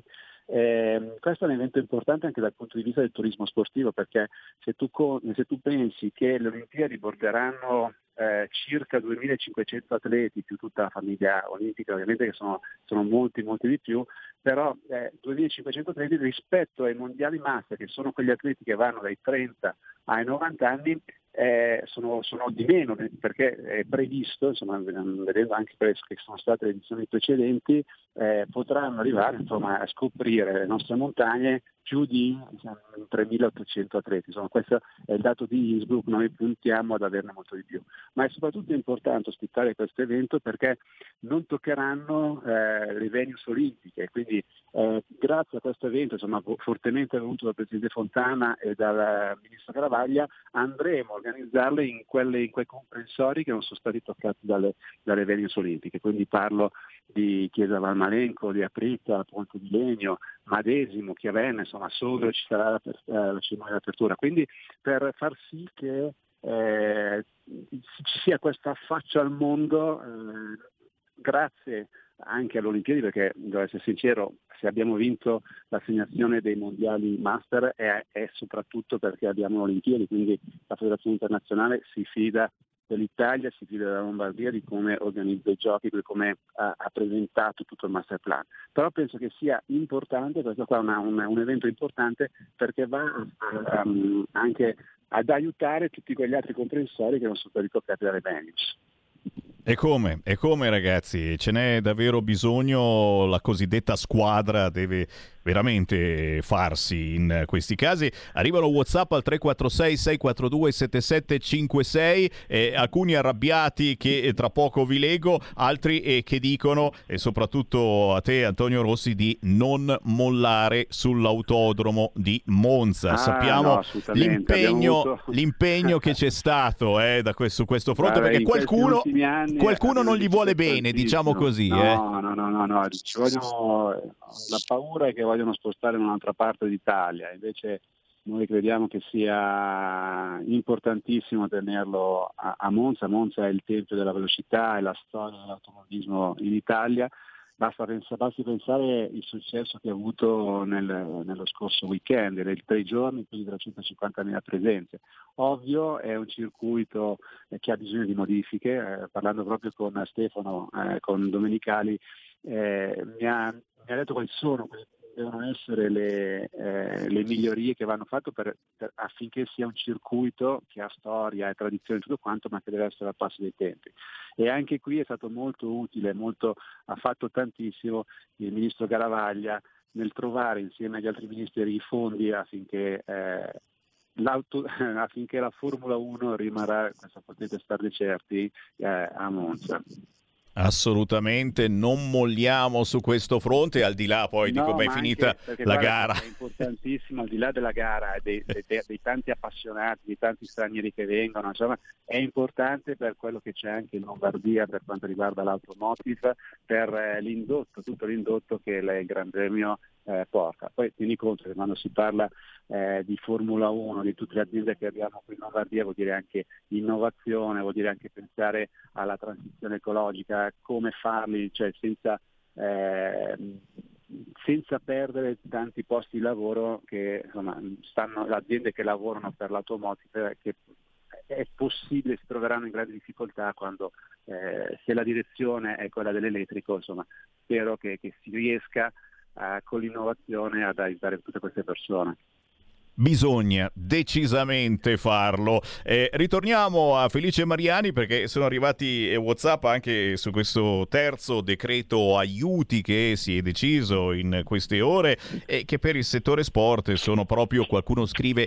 Eh, questo è un evento importante anche dal punto di vista del turismo sportivo, perché se tu, se tu pensi che le Olimpiadi porteranno eh, circa duemilacinquecento atleti più tutta la famiglia olimpica, ovviamente che sono, sono molti molti di più, però eh, duemilacinquecento atleti rispetto ai mondiali master, che sono quegli atleti che vanno dai trenta ai novanta anni, Eh, sono, sono di meno, perché è previsto, insomma, vedendo anche che sono state le edizioni precedenti, eh, potranno arrivare insomma, a scoprire le nostre montagne più di diciamo, tremilaottocento atleti. Insomma, questo è il dato di Innsbruck, noi puntiamo ad averne molto di più. Ma è soprattutto importante ospitare questo evento perché non toccheranno eh, le venues olimpiche, quindi eh, grazie a questo evento, insomma, fortemente voluto dal Presidente Fontana e dal Ministro Garavaglia, andremo a organizzarle in, quelle, in quei comprensori che non sono stati toccati dalle, dalle venues olimpiche. Quindi parlo di Chiesa Valmalenco, di Aprita, Ponte di Legno, Madesimo, Chiavenna, insomma, solo ci sarà la, la cerimonia di apertura. Quindi per far sì che eh, ci sia questo affaccio al mondo, eh, grazie anche alle Olimpiadi, perché devo essere sincero, se abbiamo vinto l'assegnazione dei mondiali master è, è soprattutto perché abbiamo le Olimpiadi, quindi la Federazione Internazionale si fida dell'Italia, si fida della Lombardia, di come organizza i giochi, di come ha, ha presentato tutto il master plan. Però penso che sia importante, questo qua è una, un, un evento importante perché va a, a, anche ad aiutare tutti quegli altri comprensori che non sono stati toccati dalle venues. E come? E come ragazzi? Ce n'è davvero bisogno, la cosiddetta squadra deve veramente farsi in questi casi. Arrivano WhatsApp al tre quattro sei sei quattro due sette sette cinque sei, eh, alcuni arrabbiati che tra poco vi leggo, altri eh, che dicono, e soprattutto a te Antonio Rossi, di non mollare sull'autodromo di Monza. Ah, Sappiamo no, l'impegno, avuto... l'impegno che c'è stato eh, da questo, su questo fronte, Vabbè, perché qualcuno, qualcuno non gli vuole bene, diciamo così. No, eh. no, no, no, no, ci vogliono, la paura è che vogliono spostare in un'altra parte d'Italia, invece noi crediamo che sia importantissimo tenerlo a, a Monza. Monza è il tempio della velocità, è la storia dell'automobilismo in Italia, Basta pensare, basti pensare il successo che ha avuto nel, nello scorso weekend, nei tre giorni, più di trecentocinquantamila presenze. Ovvio è un circuito eh, che ha bisogno di modifiche, eh, parlando proprio con Stefano, eh, con Domenicali, eh, mi, ha, mi ha detto quali sono, quali devono essere le, eh, le migliorie che vanno fatte per, per, affinché sia un circuito che ha storia e tradizione e tutto quanto, ma che deve essere al passo dei tempi. E anche qui è stato molto utile, molto, ha fatto tantissimo il ministro Garavaglia nel trovare insieme agli altri ministeri i fondi affinché, eh, l'auto, affinché la Formula uno rimarrà, questo potete starne certi, eh, a Monza. Assolutamente, non molliamo su questo fronte, al di là poi no, di come è finita perché, la guarda, gara. È importantissimo, al di là della gara, dei, dei, dei tanti appassionati, dei tanti stranieri che vengono, insomma, è importante per quello che c'è anche in Lombardia per quanto riguarda l'automotive, per eh, l'indotto, tutto l'indotto che il Gran Premio eh, porta. Poi tieni conto che quando si parla eh, di Formula uno, di tutte le aziende che abbiamo qui in Lombardia, vuol dire anche innovazione, vuol dire anche pensare alla transizione ecologica, come farli, cioè senza, eh, senza perdere tanti posti di lavoro che insomma stanno, le aziende che lavorano per l'automotive, che è possibile si troveranno in grandi difficoltà quando eh, se la direzione è quella dell'elettrico, insomma spero che, che si riesca eh, con l'innovazione ad aiutare tutte queste persone. Bisogna decisamente farlo. Eh, ritorniamo a Felice Mariani perché sono arrivati WhatsApp anche su questo terzo decreto aiuti che si è deciso in queste ore e che per il settore sport sono proprio, qualcuno scrive,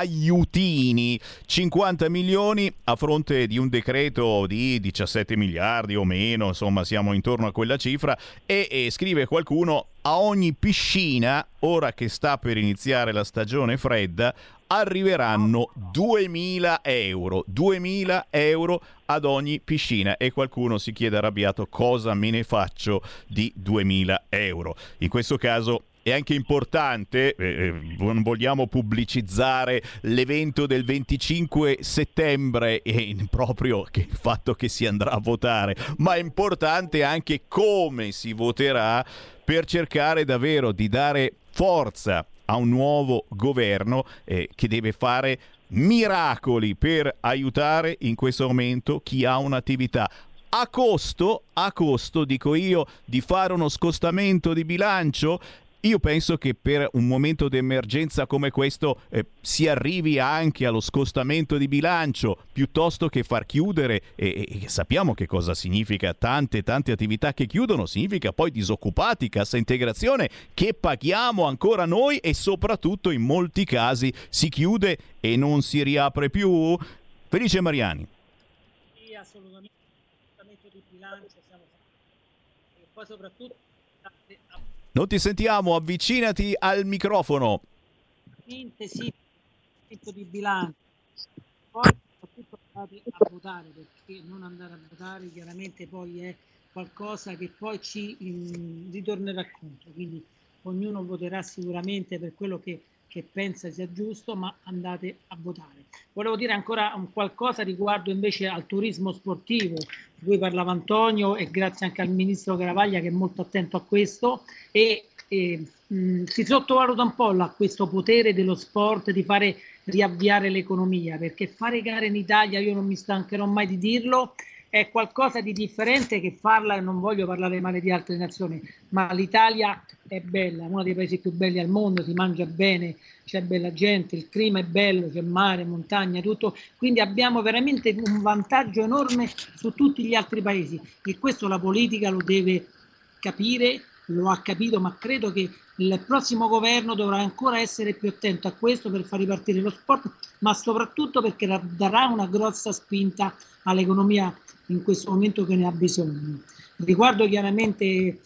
aiutini, cinquanta milioni a fronte di un decreto di diciassette miliardi o meno, insomma siamo intorno a quella cifra e, e scrive qualcuno: a ogni piscina, ora che sta per iniziare la stagione fredda, arriveranno duemila euro. duemila euro ad ogni piscina. E qualcuno si chiede arrabbiato cosa me ne faccio di duemila euro. In questo caso è anche importante, eh, non vogliamo pubblicizzare l'evento del venticinque settembre e proprio che il fatto che si andrà a votare, ma è importante anche come si voterà per cercare davvero di dare forza a un nuovo governo eh, che deve fare miracoli per aiutare in questo momento chi ha un'attività. A costo, a costo, dico io, di fare uno scostamento di bilancio. Io penso che per un momento di emergenza come questo eh, si arrivi anche allo scostamento di bilancio piuttosto che far chiudere, e, e sappiamo che cosa significa tante tante attività che chiudono, significa poi disoccupati, cassa integrazione che paghiamo ancora noi e soprattutto in molti casi si chiude e non si riapre più. Felice Mariani. Sì, assolutamente, scostamento di bilancio siamo fatti. E poi soprattutto non ti sentiamo, avvicinati al microfono. Sì, di bilancio. Poi soprattutto andate a votare, perché non andare a votare chiaramente poi è qualcosa che poi ci in, ritornerà contro. Quindi ognuno voterà sicuramente per quello che, che pensa sia giusto, ma andate a votare. Volevo dire ancora un qualcosa riguardo invece al turismo sportivo, di cui parlava Antonio, e grazie anche al ministro Garavaglia che è molto attento a questo, e, e mh, si sottovaluta un po' la, questo potere dello sport di fare riavviare l'economia, perché fare gare in Italia, io non mi stancherò mai di dirlo, è qualcosa di differente che farla, non voglio parlare male di altre nazioni, ma l'Italia è bella, uno dei paesi più belli al mondo, si mangia bene, c'è bella gente, il clima è bello, c'è mare, montagna, tutto, quindi abbiamo veramente un vantaggio enorme su tutti gli altri paesi e questo la politica lo deve capire, lo ha capito, ma credo che il prossimo governo dovrà ancora essere più attento a questo per far ripartire lo sport, ma soprattutto perché darà una grossa spinta all'economia in questo momento che ne ha bisogno. Riguardo chiaramente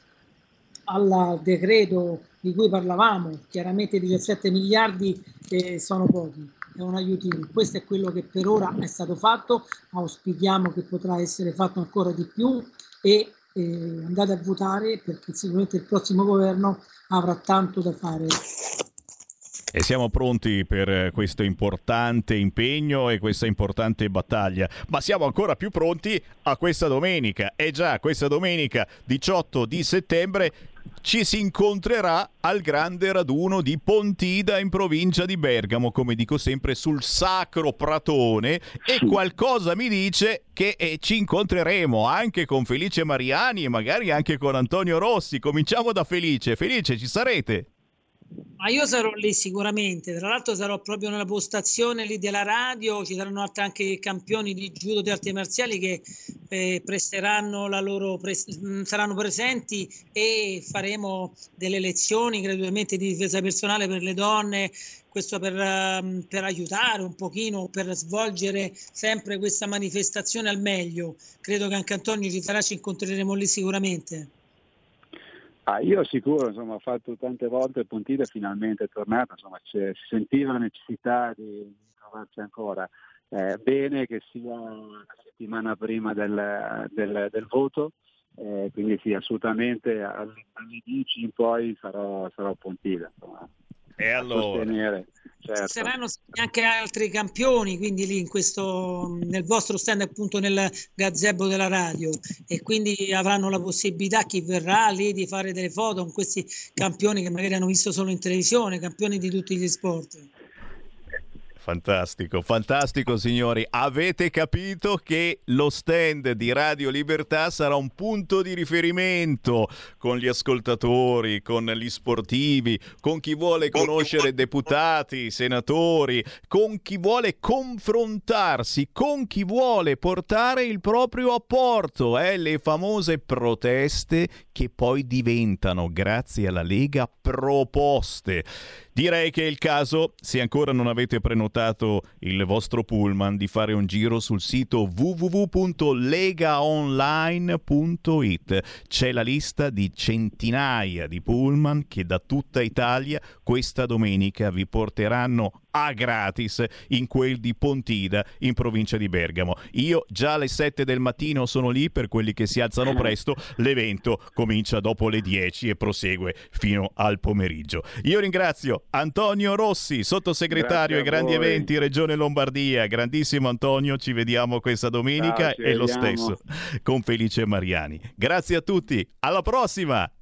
al decreto di cui parlavamo, chiaramente diciassette miliardi eh, sono pochi, è un aiutino, questo è quello che per ora è stato fatto, auspichiamo che potrà essere fatto ancora di più e eh, andate a votare perché sicuramente il prossimo governo avrà tanto da fare. E siamo pronti per questo importante impegno e questa importante battaglia, ma siamo ancora più pronti a questa domenica. E già questa domenica diciotto di settembre ci si incontrerà al grande raduno di Pontida in provincia di Bergamo, come dico sempre, sul Sacro Pratone, e qualcosa mi dice che eh, ci incontreremo anche con Felice Mariani e magari anche con Antonio Rossi. Cominciamo da Felice. Felice, ci sarete? Ma io sarò lì sicuramente, tra l'altro sarò proprio nella postazione lì della radio, ci saranno altri anche campioni di judo di arti marziali che eh, presteranno la loro pres- saranno presenti, e faremo delle lezioni gratuitamente di difesa personale per le donne, questo per, um, per aiutare un pochino, per svolgere sempre questa manifestazione al meglio. Credo che anche Antonio ci sarà, ci incontreremo lì sicuramente. Ah, io sicuro, insomma, ho fatto tante volte Pontida, finalmente è tornata, insomma, c'è, si sentiva la necessità di trovarci ancora. Eh, bene che sia la settimana prima del, del, del voto, eh, quindi sì, assolutamente alle, alle dieci in poi sarò, sarò a Pontida, insomma. E allora? Sostenere, certo. Ci saranno anche altri campioni, quindi lì in questo, nel vostro stand, appunto nel gazebo della radio, e quindi avranno la possibilità, chi verrà lì, di fare delle foto con questi campioni che magari hanno visto solo in televisione, campioni di tutti gli sport. Fantastico, fantastico signori. Avete capito che lo stand di Radio Libertà sarà un punto di riferimento con gli ascoltatori, con gli sportivi, con chi vuole conoscere deputati, senatori, con chi vuole confrontarsi, con chi vuole portare il proprio apporto, eh? Le famose proteste che poi diventano, grazie alla Lega, proposte. Direi che è il caso, se ancora non avete prenotato il vostro pullman, di fare un giro sul sito w w w punto legaonline punto i t. C'è la lista di centinaia di pullman che da tutta Italia questa domenica vi porteranno a gratis in quel di Pontida in provincia di Bergamo. Io già alle sette del mattino sono lì, per quelli che si alzano presto. L'evento comincia dopo le dieci e prosegue fino al pomeriggio. Io ringrazio Antonio Rossi, sottosegretario ai grandi eventi Regione Lombardia. Grandissimo Antonio, ci vediamo questa domenica. Ciao, e vediamo. Lo stesso con Felice Mariani. Grazie a tutti, alla prossima!